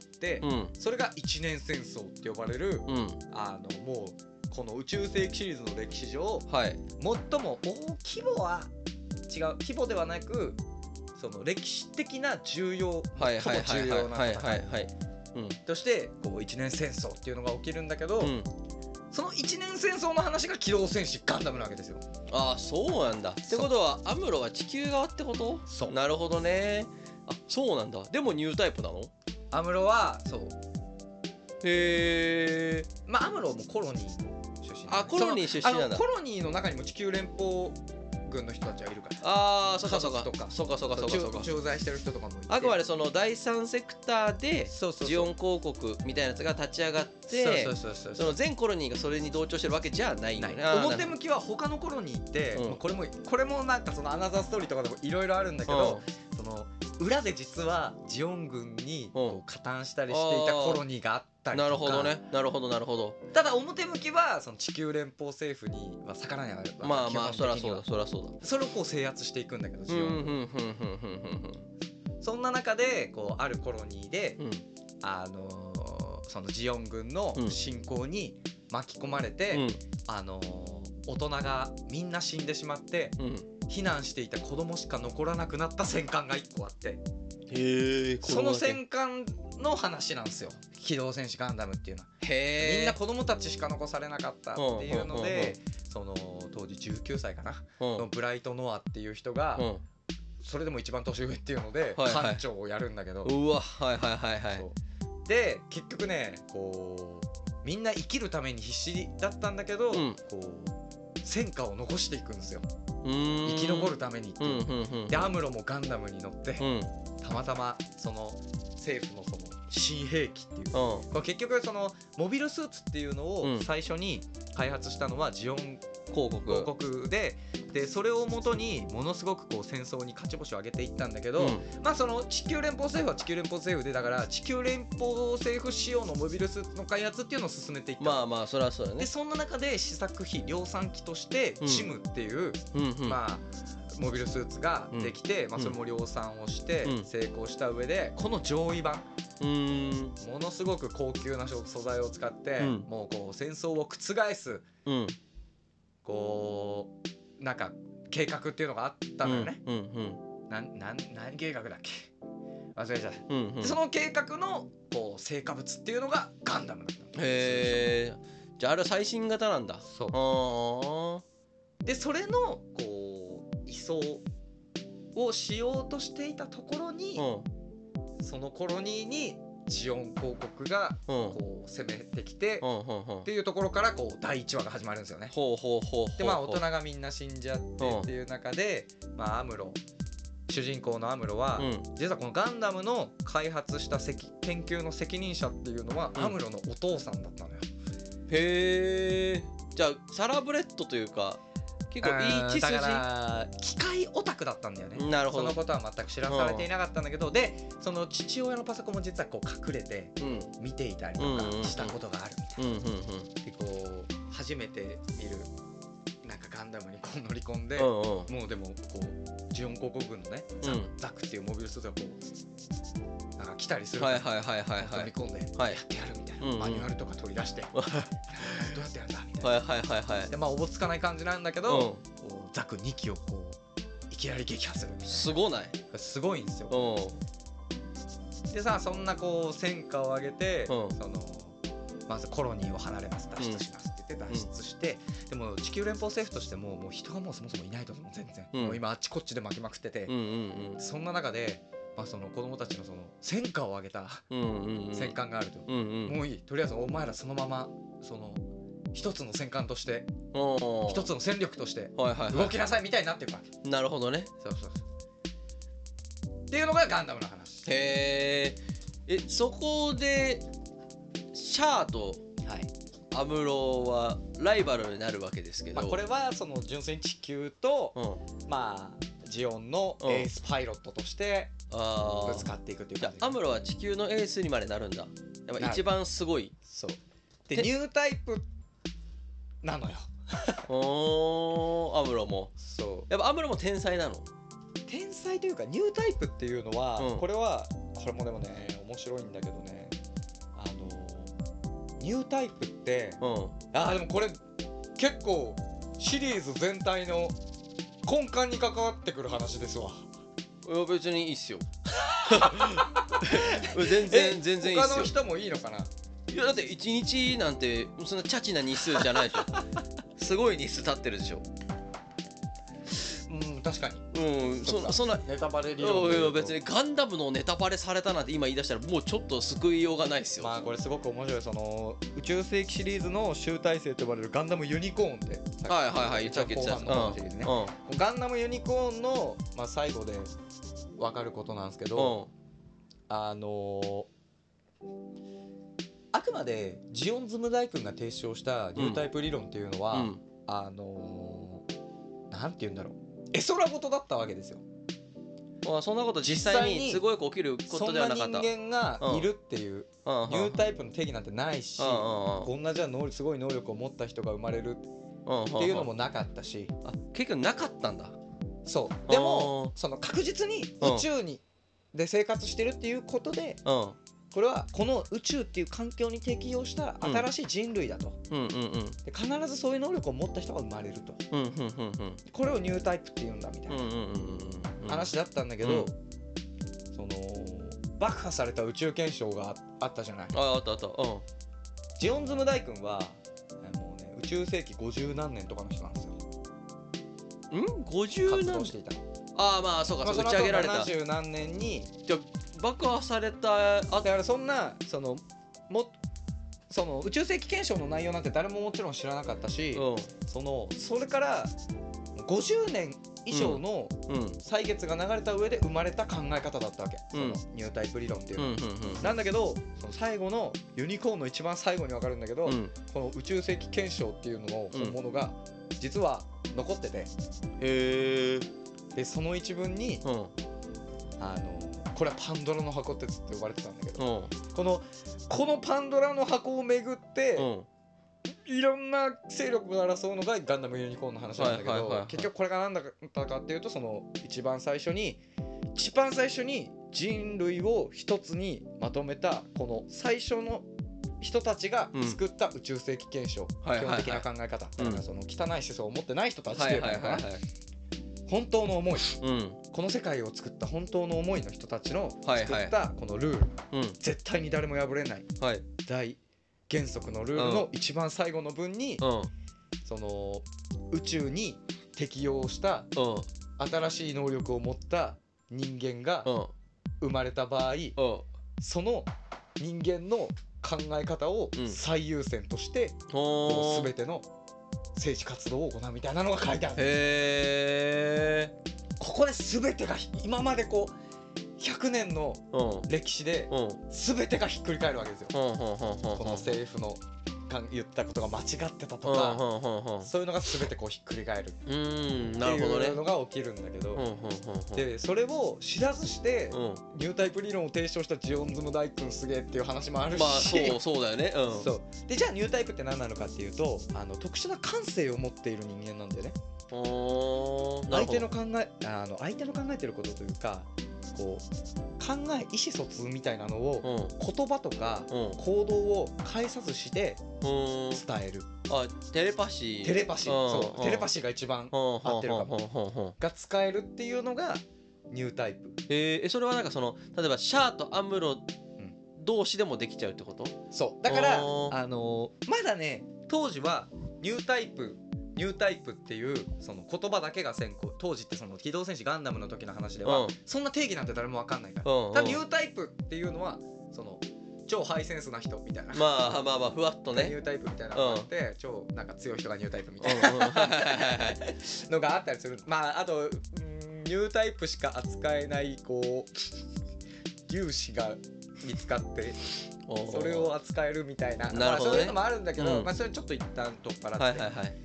それが1年戦争って呼ばれる、もうこの宇宙世紀シリーズの歴史上、最も規模は違う、規模ではなくその歴史的な重要、最も重要な戦いとしてこう1年戦争っていうのが起きるんだけど、その1年戦争の話が機動戦士ガンダムなわけですよ。 ああ、そうなんだ。ってことはアムロは地球側ってこと？ そう。 なるほどね。あ、そうなんだ。でもニュータイプなの？ アムロはそう。 へえ。 まあアムロもコロニーの出身。 あ、コロニー出身なんだ。 コロニーの中にも地球連邦軍の人たちはいるから。 ああ、そうかそうか。 そうか駐在してる人とかもいて。 あくまでその第三セクターでジオン公国みたいなやつが立ち上がって、その全コロニーがそれに同調してるわけじゃないんだね。 表向きは他のコロニーって、これもなんかそのアナザーストーリーとかでもいろいろあるんだけど、その裏で実はジオン軍にこう加担したりしていたコロニーがあったりとか。 なるほどね。なるほどなるほど。 ただ表向きはその地球連邦政府には逆らえないわけ。 まあまあそりゃそうだそりゃそうだ。 それをこう制圧していくんだけど、ジオン。そんな中でこうあるコロニーで、そのジオン軍の侵攻に巻き込まれて、大人がみんな死んでしまって、避難していた子供しか残らなくなった戦艦が1個あって、その戦艦の話なんですよ、機動戦士ガンダムっていうのは。みんな子供たちしか残されなかったっていうので、その当時19歳かなのブライト・ノアっていう人が、それでも一番年上っていうので艦長をやるんだけど、 うわ、はいはいはいはい。 で結局ね、こうみんな生きるために必死だったんだけど、こう戦果を残していくんですよ、生き残るためにっていう。でアムロもガンダムに乗って、たまたまその政府のその新兵器っていう、これ結局そのモビルスーツっていうのを最初に開発したのはジオン公国で、それをもとにものすごくこう戦争に勝ち星を上げていったんだけど、まあその地球連邦政府は地球連邦政府で、だから地球連邦政府仕様のモビルスーツの開発っていうのを進めていった。 まあまあそれはそうだね。 でそんな中で試作費量産機としてチムっていう、まあモビルスーツができて、それも量産をして成功した上で、この上位版、ものすごく高級な素材を使って、もうこう戦争を覆す、こうなんか計画っていうのがあったのよね。何計画だっけ、忘れちゃった。その計画のこう成果物っていうのがガンダムだったの。 へえ。じゃああれは最新型なんだ。 そう。でそれのこう移送をしようとしていたところに、そのコロニーにジオン公国がこう攻めてきてっていうところからこう第1話が始まるんですよね。でまあ大人がみんな死んじゃってっていう中で、まあアムロ、主人公のアムロは、実はこのガンダムの開発した研究の責任者っていうのは、アムロのお父さんだったのよ。 へえ。じゃあサラブレッドというか結構いい血筋、 だから機械オタクだったんだよね。 なるほど。 そのことは全く知らされていなかったんだけど、でその父親のパソコンも実はこう隠れて見ていたりとかしたことがあるみたいな。でこう初めて見るなんかガンダムにこう乗り込んで、もうでもこうジオン公国軍のね、ザクっていうモビルスーツがこうなんか来たりするから、乗り込んでやってやるみたいな、マニュアルとか取り出してどうやってやるんだみたいな。でまあおぼつかない感じなんだけど、ザク2機をこういきなり撃破するみたいな。 すごない？ すごいんですよ。でさ、そんなこう戦果を上げて、そのまずコロニーを離れます、脱出しますって言って脱出して、でも地球連邦政府としてもう人がもうそもそもいないと思う、全然、もう今あっちこっちで巻きまくってて、そんな中で、まあ、その子供たちのその戦果を上げた戦艦があると、もういい、とりあえずお前らそのままその一つの戦艦として一つの戦力として動きなさいみたいになってるから。 なるほどね。 そうっていうのがガンダムの話。 へえ。そこでシャアとアムロはライバルになるわけですけど、 これはその純粋に地球と、まあジオンのエースパイロットとしてぶつかっていくっていう感じ。 アムロは地球のエースにまでなるんだ。やっぱ一番すごい。 そうでニュータイプなのよ。 おー、アムロも。 そうやっぱアムロも天才なの？ 天才というかニュータイプっていうのは、これもでもね面白いんだけどね、ニュータイプって、でもこれ結構シリーズ全体の根幹に関わってくる話ですわ。 いや別にいいっすよ。全然いいっすよ。 他の人もいいのかな。 いやだって1日なんてそんなチャチな日数じゃないでしょ。すごい日数経ってるでしょ。 確かに。 そんなネタバレ理論で。 別にガンダムのネタバレされたなんて今言い出したらもうちょっと救いようがないっすよ。 まあこれすごく面白い。その宇宙世紀シリーズの集大成と呼ばれるガンダムユニコーンって。 はい言っちゃってた。 ガンダムユニコーンの最後で分かることなんですけど、あくまでジオンズムダイ君が提唱したニュータイプ理論っていうのは、なんて言うんだろう、絵空事だったわけですよ。 そんなこと実際にすごい起きることではなかった。 そんな人間がいるっていうニュータイプの定義なんてないし、こんなじゃあすごい能力を持った人が生まれるっていうのもなかったし、 結局なかったんだ。 そうでもその確実に宇宙にで生活してるっていうことで、これはこの宇宙っていう環境に適応した新しい人類だと。で必ずそういう能力を持った人が生まれると。これをニュータイプって言うんだみたいな話だったんだけど、その爆破された宇宙憲章があったじゃない。 あった。 ジオンズムダイ君はもうね宇宙世紀50何年とかの人なんですよ。 50 活動していたの。 まあそうか、打ち上げられた。 70何年に爆破された。 だからそんなその宇宙世紀憲章の内容なんて誰ももちろん知らなかったし、それから50年以上の歳月が流れた上で生まれた考え方だったわけ、そのニュータイプ理論っていうのは。なんだけどその最後のユニコーンの一番最後に分かるんだけど、この宇宙世紀憲章っていうのの本物が実は残ってて、でその一文にこれはパンドラの箱ってずっと呼ばれてたんだけど、このパンドラの箱をめぐっていろんな勢力が争うのがガンダムユニコーンの話なんだけど、結局これが何だったかっていうと、その一番最初に人類を一つにまとめたこの最初の人たちが作った宇宙世紀憲章、基本的な考え方、だからその汚い思想を持ってない人たちっていうのかな、本当の思い、この世界を作った本当の思いの人たちの作ったこのルール、絶対に誰も破れない大原則のルールの一番最後の文に、その宇宙に適応した新しい能力を持った人間が生まれた場合、その人間の考え方を最優先として全ての政治活動を行うみたいなのが書いてある。ここで全てが今までこう100年の歴史で全てがひっくり返るわけですよ。この政府の言ったことが間違ってたとか、そういうのが全てこうひっくり返るっていうのが起きるんだけど、でそれを知らずしてニュータイプ理論を提唱したジオンズムダイ君すげえっていう話もあるし、 そうだよね。 でじゃあニュータイプって何なのかっていうと、特殊な感性を持っている人間なんだよね。相手の考えてることというか、こう意思疎通みたいなのを言葉とか行動を介さずして伝える。 テレパシー。 テレパシーが一番合ってるかも。が使えるっていうのがニュータイプ。 それはなんかその例えばシャアとアムロ同士でもできちゃうってこと？ そうだからまだね、当時はニュータイプっていうその言葉だけが先行。当時ってその機動戦士ガンダムの時の話ではそんな定義なんて誰も分かんないから、ただニュータイプっていうのはその超ハイセンスな人みたいな、 まあふわっとね、 ニュータイプみたいなのがあって、超なんか強い人がニュータイプみたいなのがあったりする。あとニュータイプしか扱えないこう粒子が見つかってそれを扱えるみたいな、そういうのもあるんだけど、それちょっと一旦取っ払って、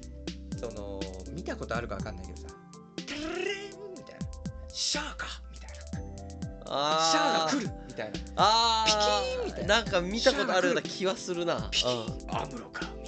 その見たことあるか分かんないけどさ、タラレンみたいな、シャーかみたいな、シャーが来るみたいな、ピキーンみたいな、 なんか見たことあるような気はするな。 ピキーンアムロかみたい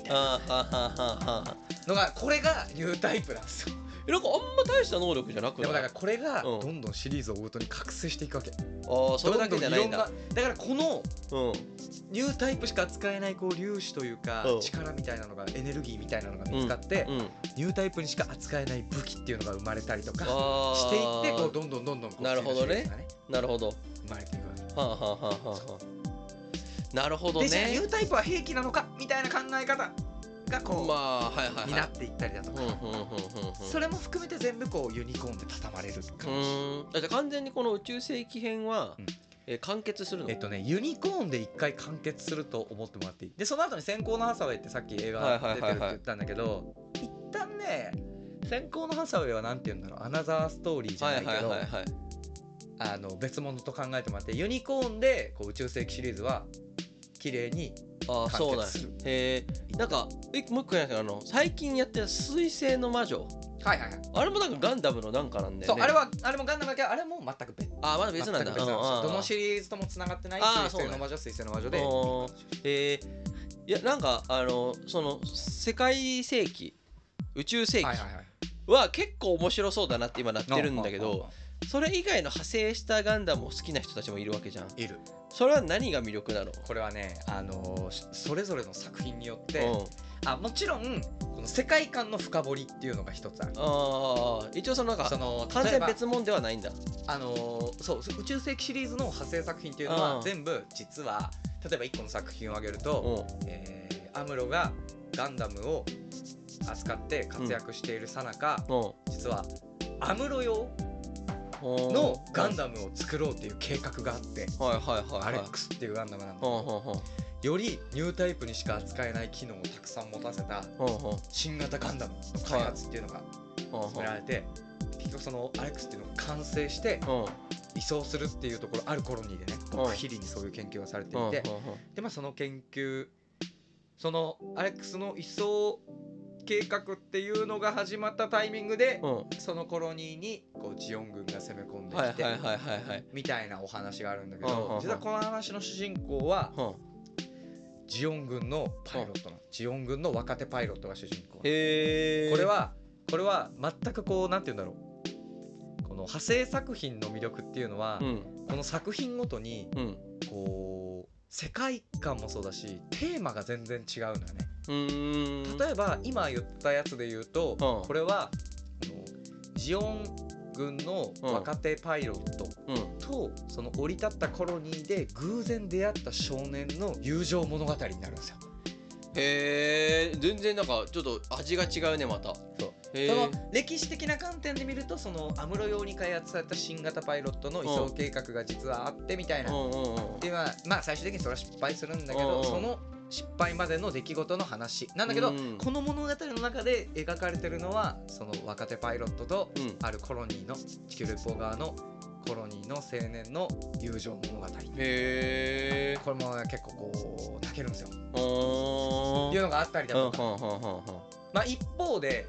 たいなのがこれがニュータイプなんですよ。 なんかあんま大した能力じゃなくない？ でもだからこれがどんどんシリーズを追うごとに覚醒していくわけ。 それだけじゃないんだ。 だからこのニュータイプしか使えないこう粒子というか力みたいなのがエネルギーみたいなのが見つかってニュータイプにしか扱えない武器っていうのが生まれたりとかしていってこうどんどんこうなるほどね。なるほど。 生まれていくわけ。 はあはあはあはあ。なるほどね。 でじゃあニュータイプは兵器なのかみたいな考え方がこうになっていったりだとか、それも含めて全部こうユニコーンで畳まれる感じ。 じゃあ完全にこの宇宙世紀編は完結するの？ ユニコーンで一回完結すると思ってもらっていい。でその後に先行のハサウェイってさっき映画出てるって言ったんだけど、一旦ね先行のハサウェイはなんて言うんだろう、アナザーストーリーじゃないけど別物と考えてもらって、ユニコーンでこう宇宙世紀シリーズは綺麗に完結する。 なんかもう一個やる最近やってる水星の魔女、あれもなんかガンダムのなんかなんだよね。 そうあれもガンダムだけどあれも全く別。 まだ別なんだ。 どのシリーズともつながってない水星の魔女で。 いやなんかその世界世紀宇宙世紀は結構面白そうだなって今なってるんだけど、それ以外の派生したガンダムを好きな人たちもいるわけじゃん。 いる。 それは何が魅力なの？ これはねそれぞれの作品によってもちろんこの世界観の深掘りっていうのが一つある。 一応そのなんか完全別物ではないんだ。 そう宇宙世紀シリーズの派生作品っていうのは全部実は例えば1個の作品を挙げるとアムロがガンダムを扱って活躍しているさなか実はアムロ用のガンダムを作ろうっていう計画があってアレックスっていうガンダムなんだけど、よりニュータイプにしか扱えない機能をたくさん持たせた新型ガンダムの開発っていうのが進められて、結局そのアレックスっていうのが完成して移送するっていうところあるコロニーでね極秘裏にそういう研究がされていて、でその研究そのアレックスの移送計画っていうのが始まったタイミングでそのコロニーにこうジオン軍が攻め込んできてみたいなお話があるんだけど、実はこの話の主人公はジオン軍のパイロットジオン軍の若手パイロットが主人公。これは全くこうなんて言うんだろう、この派生作品の魅力っていうのはこの作品ごとにこう世界観もそうだしテーマが全然違うんだよね。例えば今言ったやつで言うとこれはジオン軍の若手パイロットとその降り立ったコロニーで偶然出会った少年の友情物語になるんですよ。 へえ、全然なんかちょっと味が違うねまた。 その歴史的な観点で見るとそのアムロ用に開発された新型パイロットの移送計画が実はあってみたいなっていうのはまあ最終的にそれは失敗するんだけど、その失敗までの出来事の話なんだけど、この物語の中で描かれてるのはその若手パイロットとあるコロニーの地球連邦側のコロニーの青年の友情物語。これも結構こう泣けるんですよっていうのがあったりだとか、まあ一方で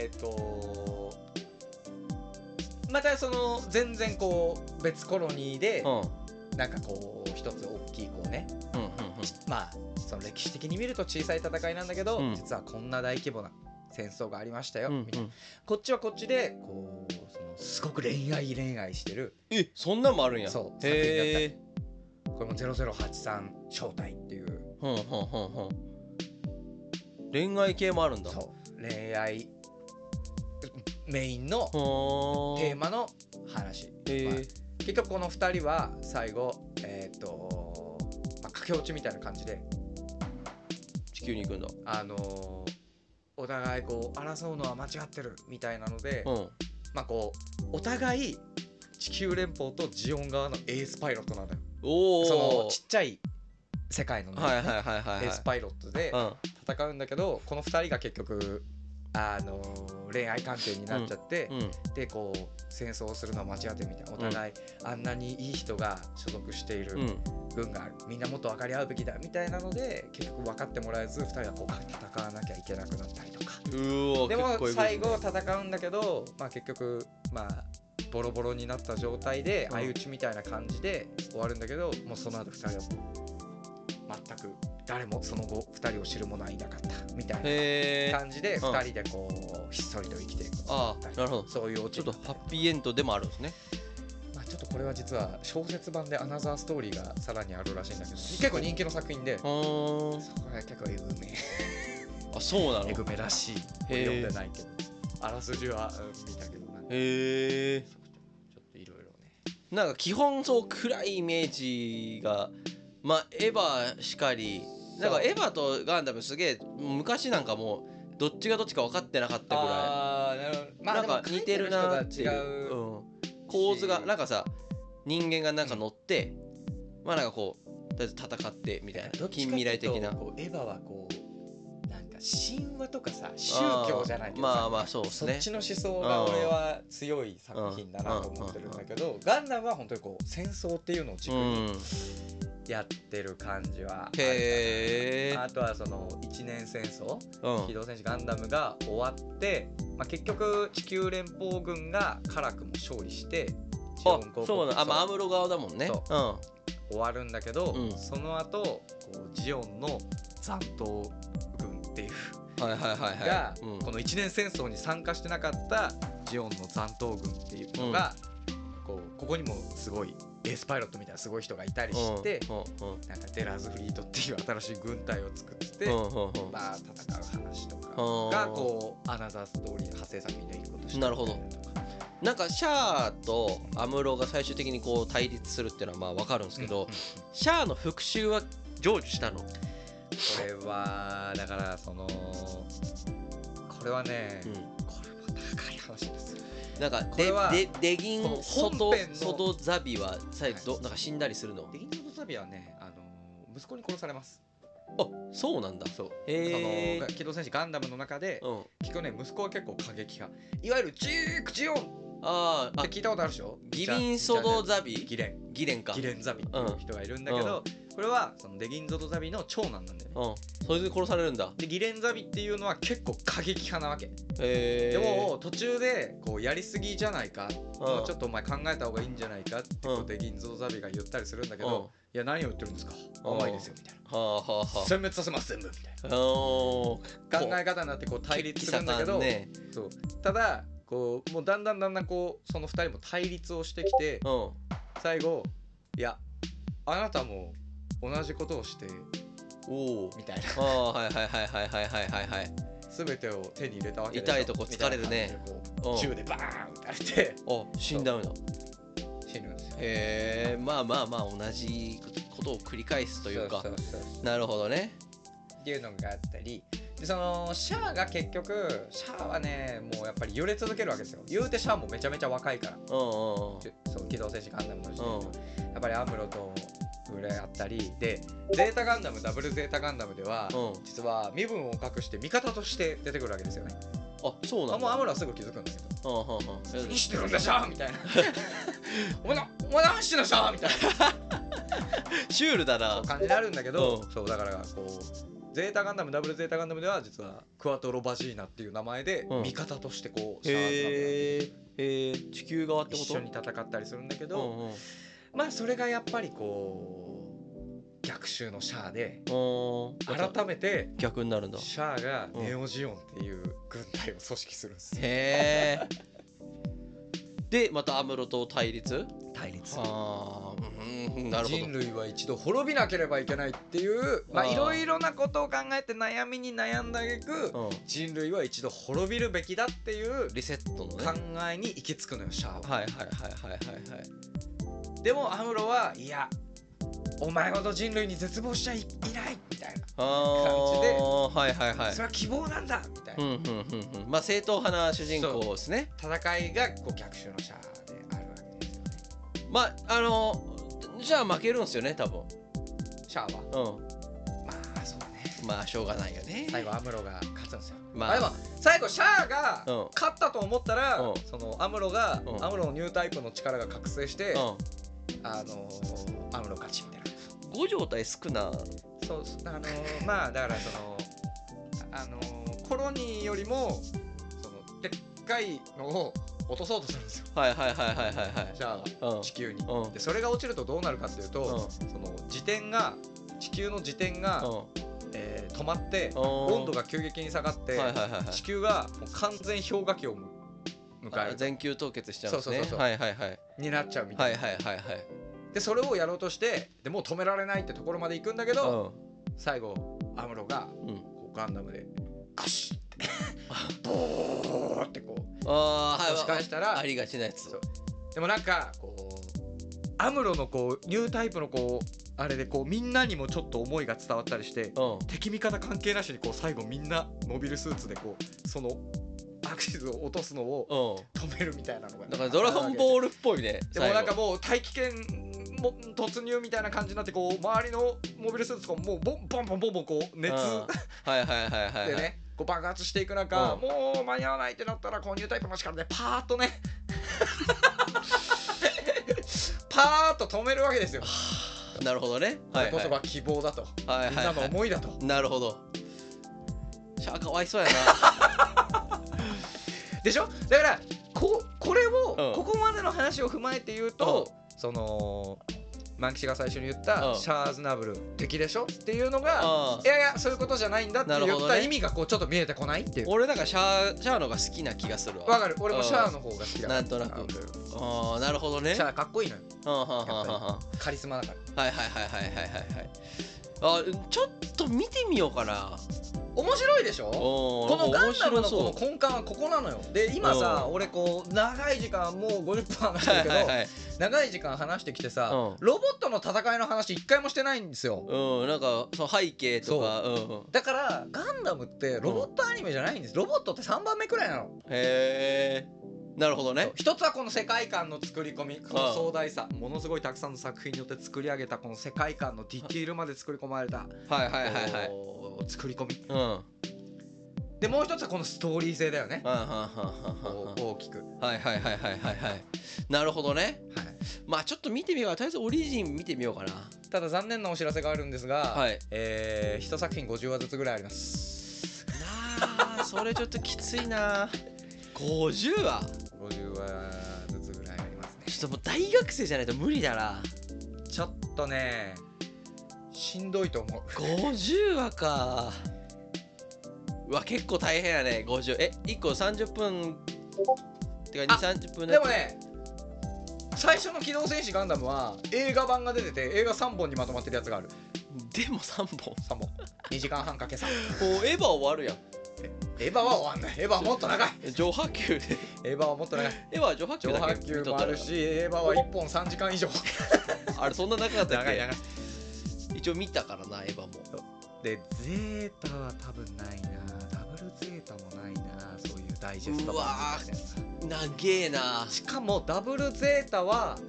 またその全然こう別コロニーでなんかこう一つ大きいこうねまあその歴史的に見ると小さい戦いなんだけど実はこんな大規模な戦争がありましたよみたいな。こっちはこっちでこうそのすごく恋愛してるそんなんもあるんや。 そう作品だったりこれも0083正体っていう恋愛系もあるんだ。 そう恋愛メインのテーマの話。結局この2人は最後駆け落ちみたいな感じで地球に行くんだ。 お互いこう争うのは間違ってるみたいなので、まあこうお互い地球連邦とジオン側のエースパイロットなんだよ。そのちっちゃい世界のねエースパイロットで戦うんだけど、この2人が結局恋愛関係になっちゃって、でこう戦争をするのは間違ってるみたいな。お互いあんなにいい人が所属している軍がある、みんなもっと分かり合うべきだみたいなので結局分かってもらえず2人はこう戦わなきゃいけなくなったりとか。でも最後戦うんだけど、まあ結局まあボロボロになった状態で相打ちみたいな感じで終わるんだけど、もうその後2人は全く誰もその後2人を知る者はいなかったみたいな感じで2人でこうひっそりと生きていく。 ああ、なるほど。 そういうちょっとハッピーエンドでもあるんですね。 まあちょっとこれは実は小説版でアナザーストーリーがさらにあるらしいんだけど、結構人気の作品で、そこは結構えぐめ。 あ、そうなの。 えぐめらしい。読んでないけど、あらすじは見たけどな。 へえ。 ちょっといろいろね。 なんか基本そう暗いイメージが、まあエヴァしかり、なんかエヴァとガンダムすげえ昔なんかもうどっちがどっちか分かってなかったぐらい。 ああ、なるほど。 まあなんか似てるなっていう、構図がなんかさ、人間がなんか乗って、まあなんかこうとりあえず戦ってみたいな近未来的な。 エヴァはこうなんか神話とかさ、宗教じゃないけどさ、 まあまあそうですね。 そっちの思想が俺は強い作品だなと思ってるんだけど、ガンダムは本当にこう戦争っていうのを自分にやってる感じはあるかな。あとはその一年戦争、機動戦士ガンダムが終わって、まあ、結局地球連邦軍が辛くも勝利して、 そうな、まあアムロ側だもんね。 終わるんだけど、その後こうジオンの残党軍っていうがこの一年戦争に参加してなかったジオンの残党軍っていうのが、ここにもすごいエースパイロットみたいなすごい人がいたりして、なんかデラーズフリートっていう新しい軍隊を作って、まあ戦う話とかがこうアナザーストーリーの派生作品の一個として。 なるほど。なんかシャアとアムロが最終的にこう対立するっていうのはまあ分かるんですけど、シャアの復讐は成就したの？これはだからそのこれはね、これも高い話です。 なんかデギン外ザビは最後なんか死んだりするの？ デギン外ザビはね、息子に殺されます。 あ、そうなんだ。 そう。機動戦士ガンダムの中で、結構ね息子は結構過激派。いわゆるジオンって聞いたことあるでしょ？ ギリンソドザビ？ギレンか。 ギレンザビっていう人がいるんだけど、これはそのデギンゾドザビの長男なんだよね。 それで殺されるんだ。 でギレンザビっていうのは結構過激派なわけ。でも途中でこうやりすぎじゃないか、もうちょっとお前考えた方がいいんじゃないかってデギンゾドザビが言ったりするんだけど、いや何を言ってるんですか、甘いですよみたいな、殲滅させます全部みたいな考え方になってこう対立するんだけど、そうただこうもうだんだんこうその2人も対立をしてきて、最後いやあなたも同じことをしてみたいな、全てを手に入れたわけで、 痛いとこ疲れるね、 銃でバーン撃たれて死んだんだ。 死ぬんですよ。 へえ、まあ同じことを繰り返すというか。なるほどねっていうのがあったりで、そのシャアが結局シャアはねもうやっぱり揺れ続けるわけですよ。言うてシャアもめちゃめちゃ若いから、そう機動戦士ガンダムの時点やっぱりアムロと触れ合ったりで、ゼータガンダムダブルゼータガンダムでは、実は身分を隠して味方として出てくるわけですよね。 あ、そうなんだ。 もうアムロはすぐ気づくんだけど、何してるんだシャアみたいなお前何してんだシャアみたいなシュールだな感じになるんだけど、そうだからこうゼータガンダムダブルゼータガンダムでは実はクワトロバジーナっていう名前で味方としてこうシャア地球側ってこと一緒に戦ったりするんだけど、まあそれがやっぱりこう逆襲のシャアで改めて逆になるんだ。 シャアがネオジオンっていう軍隊を組織するんですよ。 へえ。でまたアムロと対立。なるほど。 人類は一度滅びなければいけないっていうまあいろいろなことを考えて悩みに悩んだ挙句、人類は一度滅びるべきだっていうリセットの考えに行き着くのよシャアは。でもアムロはいやお前ほど人類に絶望しちゃいないみたいな感じで、それは希望なんだみたいな、 まあ正統派な主人公ですね。 戦いがこう逆襲のシャアであるわけですよね。 まあじゃあ負けるんですよね多分シャアは。まあそうね、 まあしょうがないよね。 最後アムロが勝つんですよ。でも最後シャアが勝ったと思ったら、そのアムロのニュータイプの力が覚醒して、アムロ勝ちみたいな。 5状態少な。 そうまあだからそのコロニーよりもそのでっかいのを落とそうとするんですよ。シャアが地球に。でそれが落ちるとどうなるかっていうと、その自転が地球の自転が止まって温度が急激に下がって地球がもう完全氷河期を迎える、 全球凍結しちゃうんですね。 になっちゃうみたいな。でそれをやろうとしてでもう止められないってところまで行くんだけど、最後アムロがこうガンダムでガシッてボーってこう押し返したらありがちなやつ。 でもなんかこうアムロのこうニュータイプのこうあれでこうみんなにもちょっと思いが伝わったりして、敵味方関係なしにこう最後みんなモビルスーツでこうそのアクシズを落とすのを止めるみたいなのが、 だからドラゴンボールっぽいね。 でもなんかもう大気圏も突入みたいな感じになってこう周りのモビルスーツがもうボンボンボンボンボンこう熱でねこう爆発していく中、もう間に合わないってなったらこうニュータイプの力でパーッとねパーッと止めるわけですよ。 なるほどね。 これこそが希望だと、みんなの思いだと。 なるほど。シャアかわいそうやな。 でしょ。だからこれをここまでの話を踏まえて言うと、そのマンキシが最初に言ったシャアズナブル敵でしょっていうのが、いやいやそういうことじゃないんだって言った意味がこうちょっと見えてこないっていう。 俺なんかシャアのが好きな気がするわ。 わかる。俺もシャアの方が好きだ。 なんとなく。なるほどね。 シャアかっこいいのよ。カリスマだから。 はい。ちょっと見てみようかな。 面白いでしょ。このガンダムのこの根幹はここなのよ。で今さ俺こう長い時間もう50分話してるけど長い時間話してきてさ、ロボットの戦いの話一回もしてないんですよ。 なんかその背景とか。 だからガンダムってロボットアニメじゃないんです。ロボットって3番目くらいなの。 へえ。なるほどね。 一つはこの世界観の作り込み、この壮大さ、ものすごいたくさんの作品によって作り上げたこの世界観のディティールまで作り込まれた作り込み、でもう一つはこのストーリー性だよね。大きく。 なるほどね。まあちょっと見てみよう。とりあえずオリジン見てみようかな。 ただ残念なお知らせがあるんですが、一作品50話ずつぐらいあります。 それちょっときついな。50話ずつぐらいありますね。 ちょっともう大学生じゃないと無理だな。 ちょっとねしんどいと思う。 50話か。うわ結構大変やね。501個30分てか2、30分でもね最初の機動戦士ガンダムは映画版が出てて映画3本にまとまってるやつがある。 でも3本 2時間半かけ3。 もうエヴァ終わるやん。 エヴァは終わんない。エヴァはもっと長い。 上波級で。 エヴァはもっと長い。 エヴァは上波級だけ。 上波級もあるし、エヴァは1本3時間以上。 あれそんな長かったっけ。 長い。 一応見たからなエヴァも。 でゼータは多分ないな。ダブルゼータもないな。そういうダイジェスト版みたいな。 長えな。 しかもダブルゼータはワ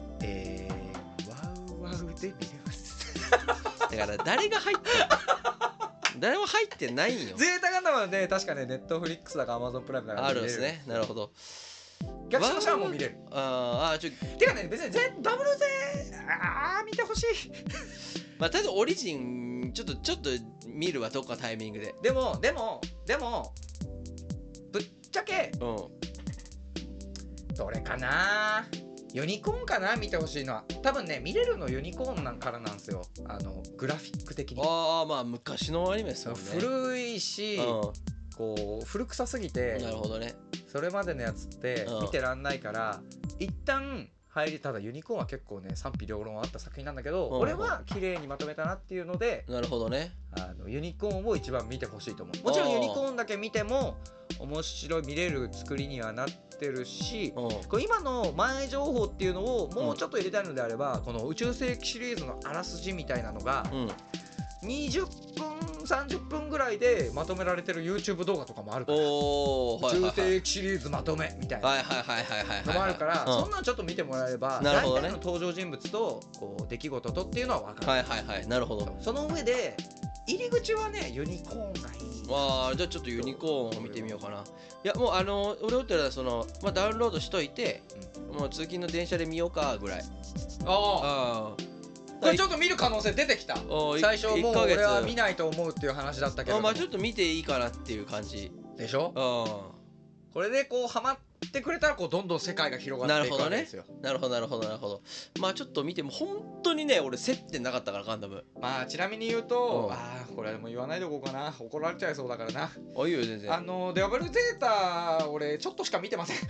ウワウで見れます。 だから誰が入って誰も入ってないんよ。 ゼータガンダムはね確かねネットフリックスだかアマゾンプライムだかあるんですね。なるほど。 逆シャアも見れる。てかね別にダブルゼ見てほしい。 まあとりあえずオリジンちょっと見るわどっかタイミングで。 でもぶっちゃけどれかな。ユニコーンかな。見てほしいのは多分ね見れるのユニコーンからなんですよ。グラフィック的に。 まあ昔のアニメですよね。 古いし、こう古臭すぎて。 なるほどね。 それまでのやつって見てらんないから一旦入り。ただユニコーンは結構ね賛否両論あった作品なんだけど、俺は綺麗にまとめたなっていうので。 なるほどね。 ユニコーンを一番見てほしいと思う。もちろんユニコーンだけ見ても面白い見れる作りにはなってるし、これ今の前情報っていうのをもうちょっと入れたいのであれば、この宇宙世紀シリーズのあらすじみたいなのが20分30分ぐらいでまとめられてる YouTube 動画とかもあるから、宇宙世紀シリーズまとめみたいなのもあるから、そんなのちょっと見てもらえれば大体の登場人物とこう出来事とっていうのは分かる。 なるほど。 その上で入り口はねユニコーンがいい。 じゃあちょっとユニコーンを見てみようかな。いやもう俺だったらダウンロードしといて、もう通勤の電車で見ようかぐらい。 これちょっと見る可能性出てきた。最初もう俺は見ないと思うっていう話だったけど、 まあちょっと見ていいかなっていう感じでしょ。これでこうハマっってくれたらこうどんどん世界が広がっていくわけですよ。 なるほどなるほどなるほど。まあちょっと見ても本当にね俺接点なかったからガンダム。 まあちなみに言うと、これでも言わないでおこうかな、怒られちゃいそうだからな。 あ、いいよ全然。 ダブルゼータ俺ちょっとしか見てません。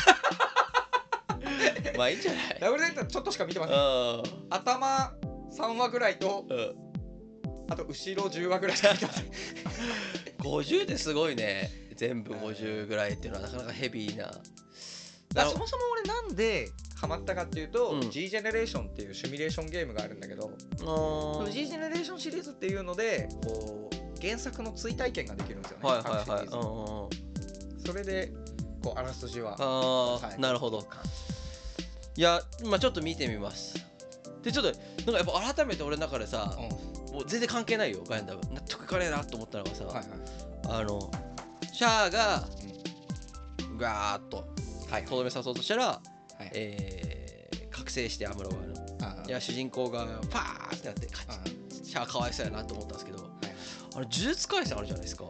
まあいいんじゃない。 ダブルゼータちょっとしか見てません。頭3話ぐらいと、あと後ろ10話ぐらいしか見てません。 50ですごいね。全部50ぐらいっていうのはなかなかヘビーな。 そもそも俺なんでハマったかっていうと、G ジェネレーションっていうシミュレーションゲームがあるんだけど、その G ジェネレーションシリーズっていうのでこう原作の追体験ができるんですよね。それでこうあらすじは。 なるほど。いや、まあちょっと見てみます。でちょっとなんかやっぱ改めて俺の中でさ、もう全然関係ないよガンダム。納得いかねえなと思ったのがさ、シャアがガーッととどめさそうとしたら、覚醒してアムロがいや主人公がパーってなってシャアかわいそうやなと思ったんですけど、呪術廻戦あるじゃないですか。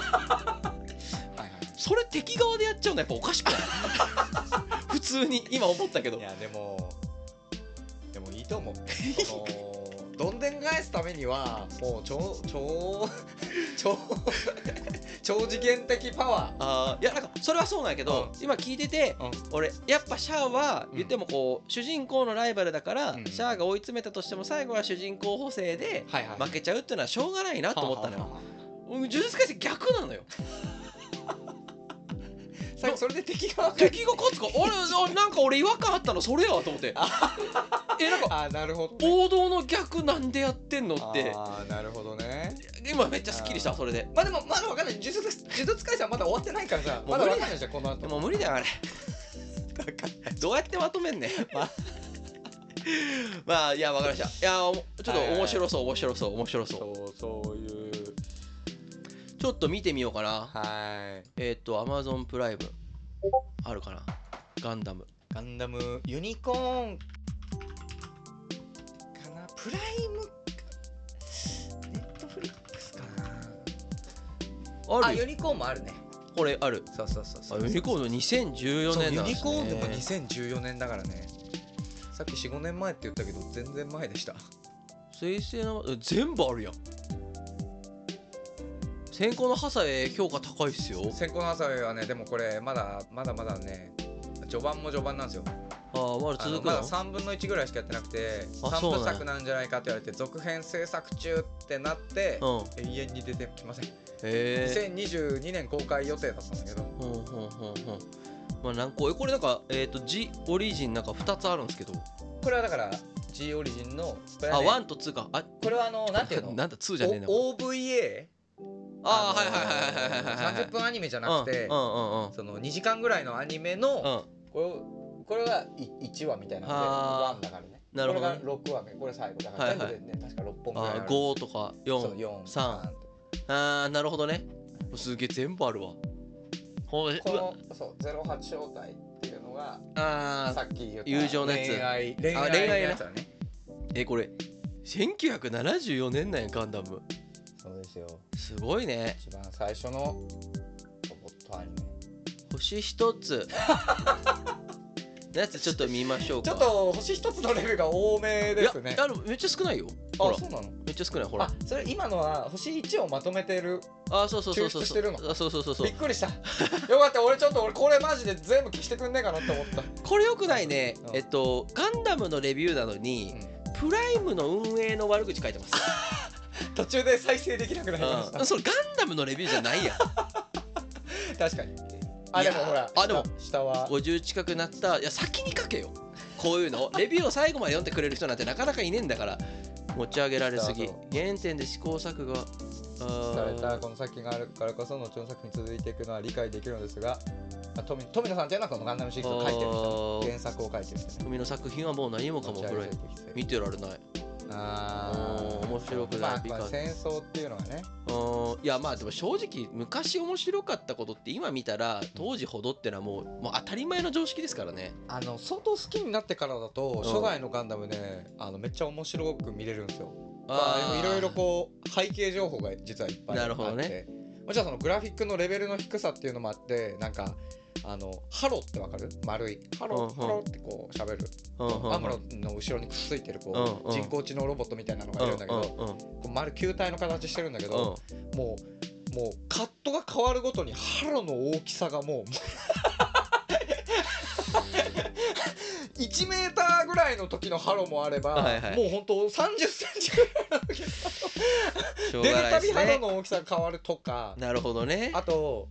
それ敵側でやっちゃうのやっぱおかしくない？普通に今思ったけど。 いやでもいいと思う。どんでん返すためにはもう超次元的パワー。 いやなんかそれはそうなんやけど、今聞いてて、俺やっぱシャアは言ってもこう主人公のライバルだから、シャアが追い詰めたとしても最後は主人公補正で負けちゃうっていうのはしょうがないなと思ったのよ。呪術廻戦逆なのよ。 それで敵が勝つか。なんか俺違和感あったのそれやと思って。なんかなるほど、 王道の逆なんでやってんのって。 なるほどね。 今めっちゃスッキリしたそれで。 まあでもまだわかんない。呪術廻戦はまだ終わってないからさ、まだわかんないじゃんこの後。 もう無理だよあれ。どうやってまとめんねん。まあいやわかりました。いやちょっと面白そう。 そういうちょっと見てみようかな。 Amazon プライムあるかな。ガンダムユニコーンかな。プライムネットフリックスかな。ユニコーンもあるね。 これある。 そうユニコーンの2014年なんですね。 ユニコーンでも2014年だからね。さっき 4,5 年前って言ったけど全然前でした。 水星の全部あるやん。先行のハサウェイ評価高いっすよ。 先行のハサウェイはね、でもこれまだね、序盤なんですよ。 まだ続くの？ まだ3分の1ぐらいしかやってなくて、3部作なんじゃないかって言われて続編制作中ってなって、永遠に出てきません。2022年公開予定だったんだけど。 まあ何個これなんかG オリジンなんか2つあるんですけど。 これはだから G オリジンの 1と2か。 これはなんていうの？ なんだ2じゃねえな。 OVA。30分アニメじゃなくて、その2時間ぐらいのアニメのこれが1話みたいなので1だからね。 なるほど。 これが6話目、これ最後だから全部でね確か6本ぐらいある。 5とか4、3。なるほどね。すげえ全部あるわ。 この08正体っていうのがさっき言った友情のやつ。 恋愛のやつだね。 これ1974年なんやガンダム。 そうですよ。 すごいね。 一番最初のロボットアニメ。 星一つ。やつちょっと見ましょうか。 ちょっと星一つのレベルが多めですね。 めっちゃ少ないよ。 そうなの？ めっちゃ少ない。ほら。 それ今のは星1をまとめてる。 そう。 抽出してるの。 そう。 びっくりした。よかった。俺これマジで全部消してくんねえかなって思った。 これよくないね。ガンダムのレビューなのにプライムの運営の悪口書いてます。 途中で再生できなくなりました。 それガンダムのレビューじゃないやん。 確かに。でもほら、 でも下は 50近くなった。いや先に書けよ。こういうのレビューを最後まで読んでくれる人なんてなかなかいねえんだから。持ち上げられすぎ。原点で試行錯誤されたこの先があるからこそ後の作に続いていくのは理解できるのですが、富野さんっていうのはこのガンダムシリーズを書いてる人、原作を書いてる人ね。 富野作品はもう何もかも古い。見てられない。面白くない。 戦争っていうのはね。 いやまあでも正直昔面白かったことって今見たら当時ほどってのはもう当たり前の常識ですからね。 相当好きになってからだと初代のガンダムねめっちゃ面白く見れるんですよ。いろいろこう背景情報が実はいっぱいあって。 なるほどね。 もちろんそのグラフィックのレベルの低さっていうのもあってなんかハロってわかる？丸いハロハロってこう喋るアムロの後ろにくっついてるこう人工知能ロボットみたいなのがいるんだけど、こう丸球体の形してるんだけど、もうカットが変わるごとにハロの大きさがもう1メーターぐらいの時のハロもあれば、もうほんと30センチぐらいの時の出るたびハロの大きさが変わるとか。 なるほどね。 あと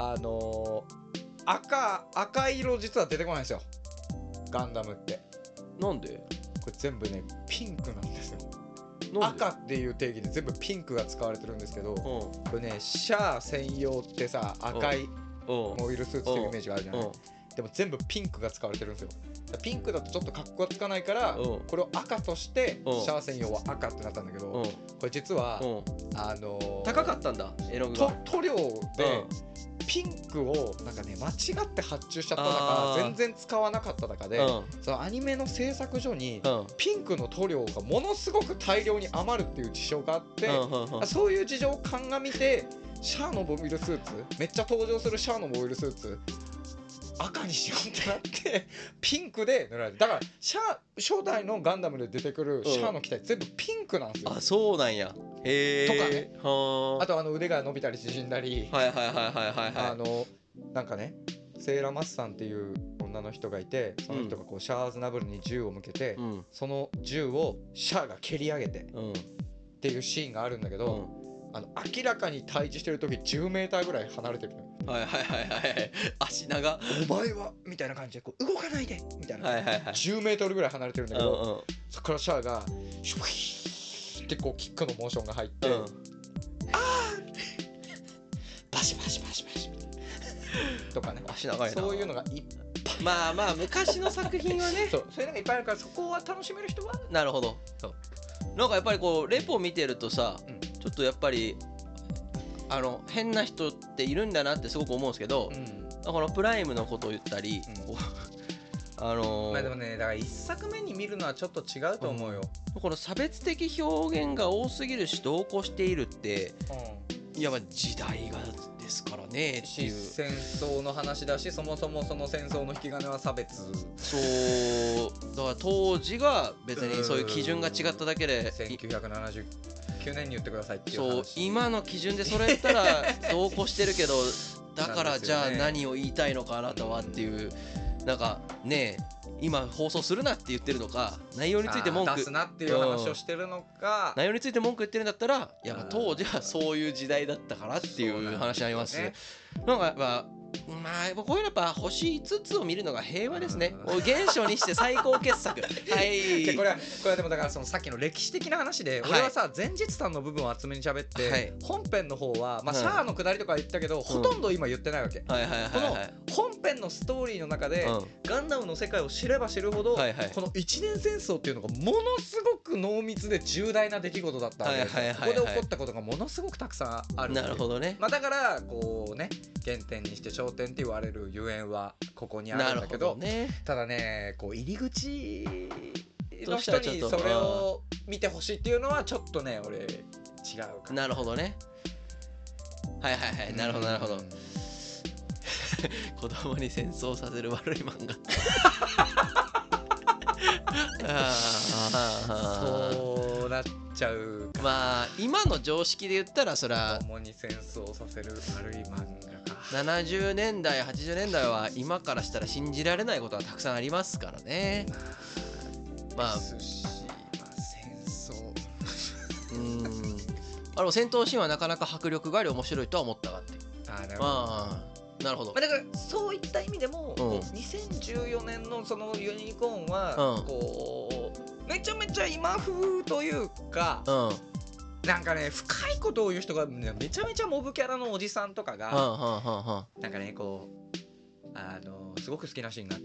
赤色実は出てこないんですよ、ガンダムって。 なんで？ これ全部ねピンクなんですよ。赤っていう定義で全部ピンクが使われてるんですけど、これねシャア専用ってさ赤いモビルスーツっていうイメージがあるじゃない。でも全部ピンクが使われてるんですよ。ピンクだとちょっと格好がつかないからこれを赤としてシャア専用は赤ってなったんだけど、これ実は高かったんだ、絵の具が。 塗料でピンクをなんかね間違って発注しちゃっただか全然使わなかっただかで、そのアニメの制作所にピンクの塗料がものすごく大量に余るっていう事象があって、そういう事情を鑑みてシャアのモビルスーツ、めっちゃ登場するシャアのモビルスーツ赤にしようってなってピンクで塗られて、だから初代のガンダムで出てくるシャアの機体全部ピンクなんですよ。 あ、そうなんや。へえ。 とかね。あと腕が伸びたり縮んだり、なんかね、セイラ・マスさんっていう女の人がいて、その人がこうシャアーズナブルに銃を向けて、その銃をシャアが蹴り上げてっていうシーンがあるんだけど、明らかに対峙してる時10メーターぐらい離れてるの。足長お前はみたいな感じでこう動かないでみたいな、10メートルぐらい離れてるんだけど、そこからシャアがシュイーってこうキックのモーションが入って、ああバシバシバシバシとかね、 足長いな。 そういうのがいっぱい。 まあ昔の作品はねそういうのがいっぱいあるから、そこは楽しめる人は。 なるほど。なんかやっぱりこうレポ見てるとさ、ちょっとやっぱり変な人っているんだなってすごく思うんですけど、このプライムのことを言ったり、 まあでもね、だから1作目に見るのはちょっと違うと思うよ。 この差別的表現が多すぎるし同行しているって、いや時代がですからねっていう。 戦争の話だし、そもそもその戦争の引き金は差別。 そうだから当時が別にそういう基準が違っただけで、 1979年に言ってくださいっていう話。 そう今の基準でそれ言ったら同行してるけどだからじゃあ何を言いたいのかあなたはっていう、なんかね今放送するなって言ってるのか、内容について文句出すなっていう話をしてるのか、 内容について文句言ってるんだったら、いや当時はそういう時代だったからっていう話になりますね。なんかまあこういうのやっぱ星5つを見るのが平和ですね。原初にして最高傑作。はい。 これはでもだからそのさっきの歴史的な話で、俺はさ前日譚の部分を厚めに喋って、本編の方はまあシャアの下りとか言ったけどほとんど今言ってないわけ。この本編のストーリーの中でガンダムの世界を知れば知るほど、この一年戦争っていうのがものすごく濃密で重大な出来事だったわけですよ。ここで起こったことがものすごくたくさんある。 なるほどね。 まあだからこうね、原点にして頂点って言われるゆえんはここにあるんだけど、ただねこう入り口の人にそれを見てほしいっていうのはちょっとね俺違うかな。 なるほどね。はいなるほどなるほど。子供に戦争させる悪い漫画。 そうなっちゃうか。 まあ今の常識で言ったらそりゃ子供に戦争させる悪い漫画か。 70年代80年代は今からしたら信じられないことがたくさんありますからね。まあ戦争でも戦闘シーンはなかなか迫力があり面白いとは思ったがって。なるほど。 だからそういった意味でも、2014年のそのユニコーンはこうめちゃめちゃ今風というか、なんかね深いことを言う人がめちゃめちゃモブキャラのおじさんとかがなんかねこうすごく好きなシーンがあって、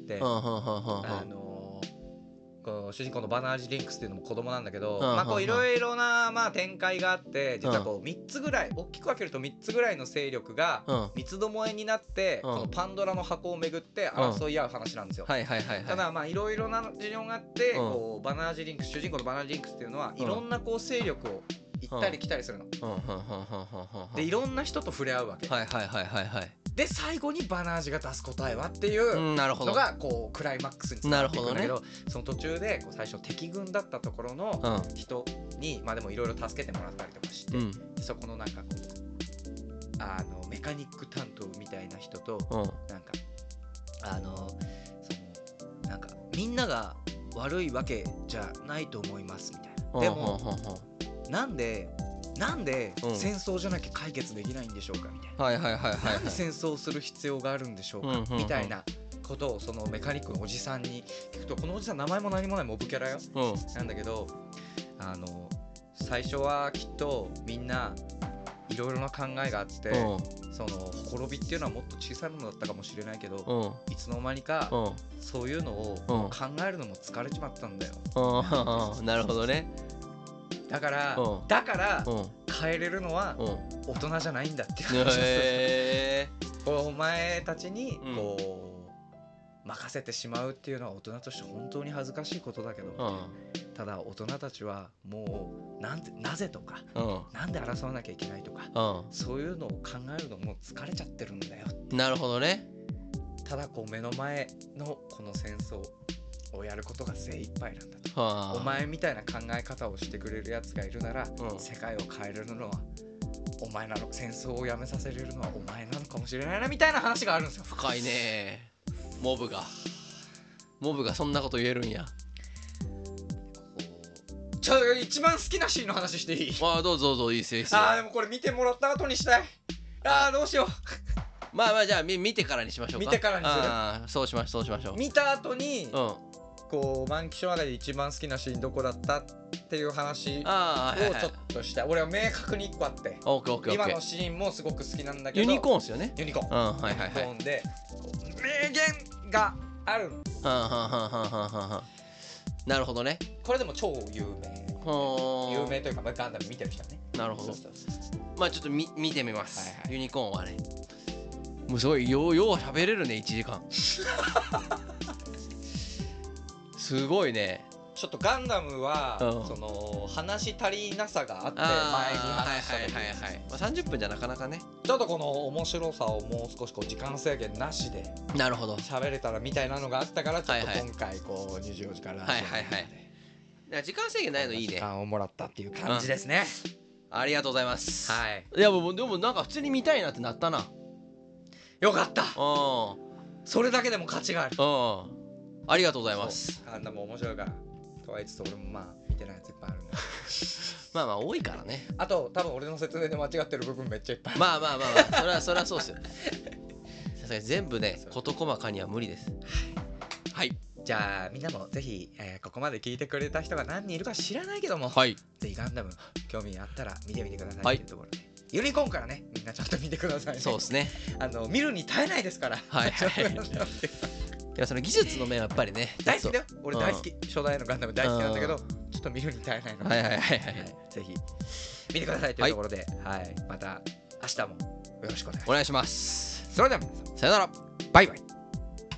こう主人公のバナージ・リンクスっていうのも子供なんだけど、まあこういろいろなまあ展開があって、実はこう3つぐらい大きく分けると3つぐらいの勢力が三つどもえになってこのパンドラの箱をめぐって争い合う話なんですよ。ただまあいろいろな事情があってこうバナージ・リンクス、主人公のバナージ・リンクスっていうのはいろんなこう勢力を行ったり来たりするの。でいろんな人と触れ合うわけ。 で最後にバナージが出す答えはっていうのがこうクライマックスにつながっていくんだけど、その途中でこう最初敵軍だったところの人にまあでもいろいろ助けてもらったりとかして、そこのなんかこうメカニック担当みたいな人となんかそのなんかみんなが悪いわけじゃないと思いますみたいな。でもなんで戦争じゃなきゃ解決できないんでしょうかみたいな。なんで戦争する必要があるんでしょうかみたいなことをそのメカニックのおじさんに聞くと、このおじさん名前も何もないモブキャラよ、なんだけど最初はきっとみんないろいろな考えがあって、そのほころびっていうのはもっと小さいものだったかもしれないけど、いつの間にかそういうのを考えるのも疲れちまったんだよ。 なるほどね。 だから変えれるのは大人じゃないんだっていう話をする。お前たちにこう任せてしまうっていうのは大人として本当に恥ずかしいことだけど、ただ大人たちはもうなぜとかなんで争わなきゃいけないとかそういうのを考えるのも疲れちゃってるんだよ。 なるほどね。 ただこう目の前のこの戦争をやることが精一杯なんだと。お前みたいな考え方をしてくれるやつがいるなら、世界を変えれるのはお前なの、戦争をやめさせれるのはお前なのかもしれないなみたいな話があるんですよ。 深いね。モブがそんなこと言えるんや。 一番好きなシーンの話していい？ どうぞいいですよ。 でもこれ見てもらった後にしたい。どうしよう。 まあじゃあ見てからにしましょうか。 見てからにする。 そうしましょう。 見た後にこう満期書の中で一番好きなシーンどこだったっていう話をちょっとした。俺は明確に1個あって、今のシーンもすごく好きなんだけど、 ユニコーンですよね。 ユニコーンで名言がある。 なるほどね。 これでも超有名というかガンダム見てる人ね。 なるほど。まあちょっと見てみます。ユニコーンはね、もうすごいよう喋れるね。1時間すごいね。 ちょっとガンダムはその話足りなさがあって、前に話した時 30分じゃなかなかね、 ちょっとこの面白さをもう少しこう時間制限なしで喋れたらみたいなのがあったから、ちょっと今回こう24時間ラジオだから時間制限ないのいいね。 時間をもらったっていう感じですね。 ありがとうございます。いやもうでもなんか普通に見たいなってなったな。 よかった。それだけでも価値がある。 ありがとうございます。 ガンダム面白いから。とはいつつ俺もまあ見てないやついっぱいあるんだ。 まあ多いからね。 あと多分俺の説明で間違ってる部分めっちゃいっぱいある。 まあそれはそうですよ。さすがに全部ね事細かには無理です。はい。 じゃあみんなもぜひここまで聞いてくれた人が何人いるか知らないけども、ぜひガンダム興味あったら見てみてくださいっていうところで、ユニコーンからねみんなちゃんと見てくださいね。 そうですね。 見るに耐えないですから。 いやその技術の面はやっぱりね大好きだよ。俺大好き。初代のガンダム大好きなんだけど、ちょっと見るに耐えないので、ぜひ見てくださいというところで、また明日もよろしくお願いします。 お願いします。 それでは皆さんさよなら。 バイバイ。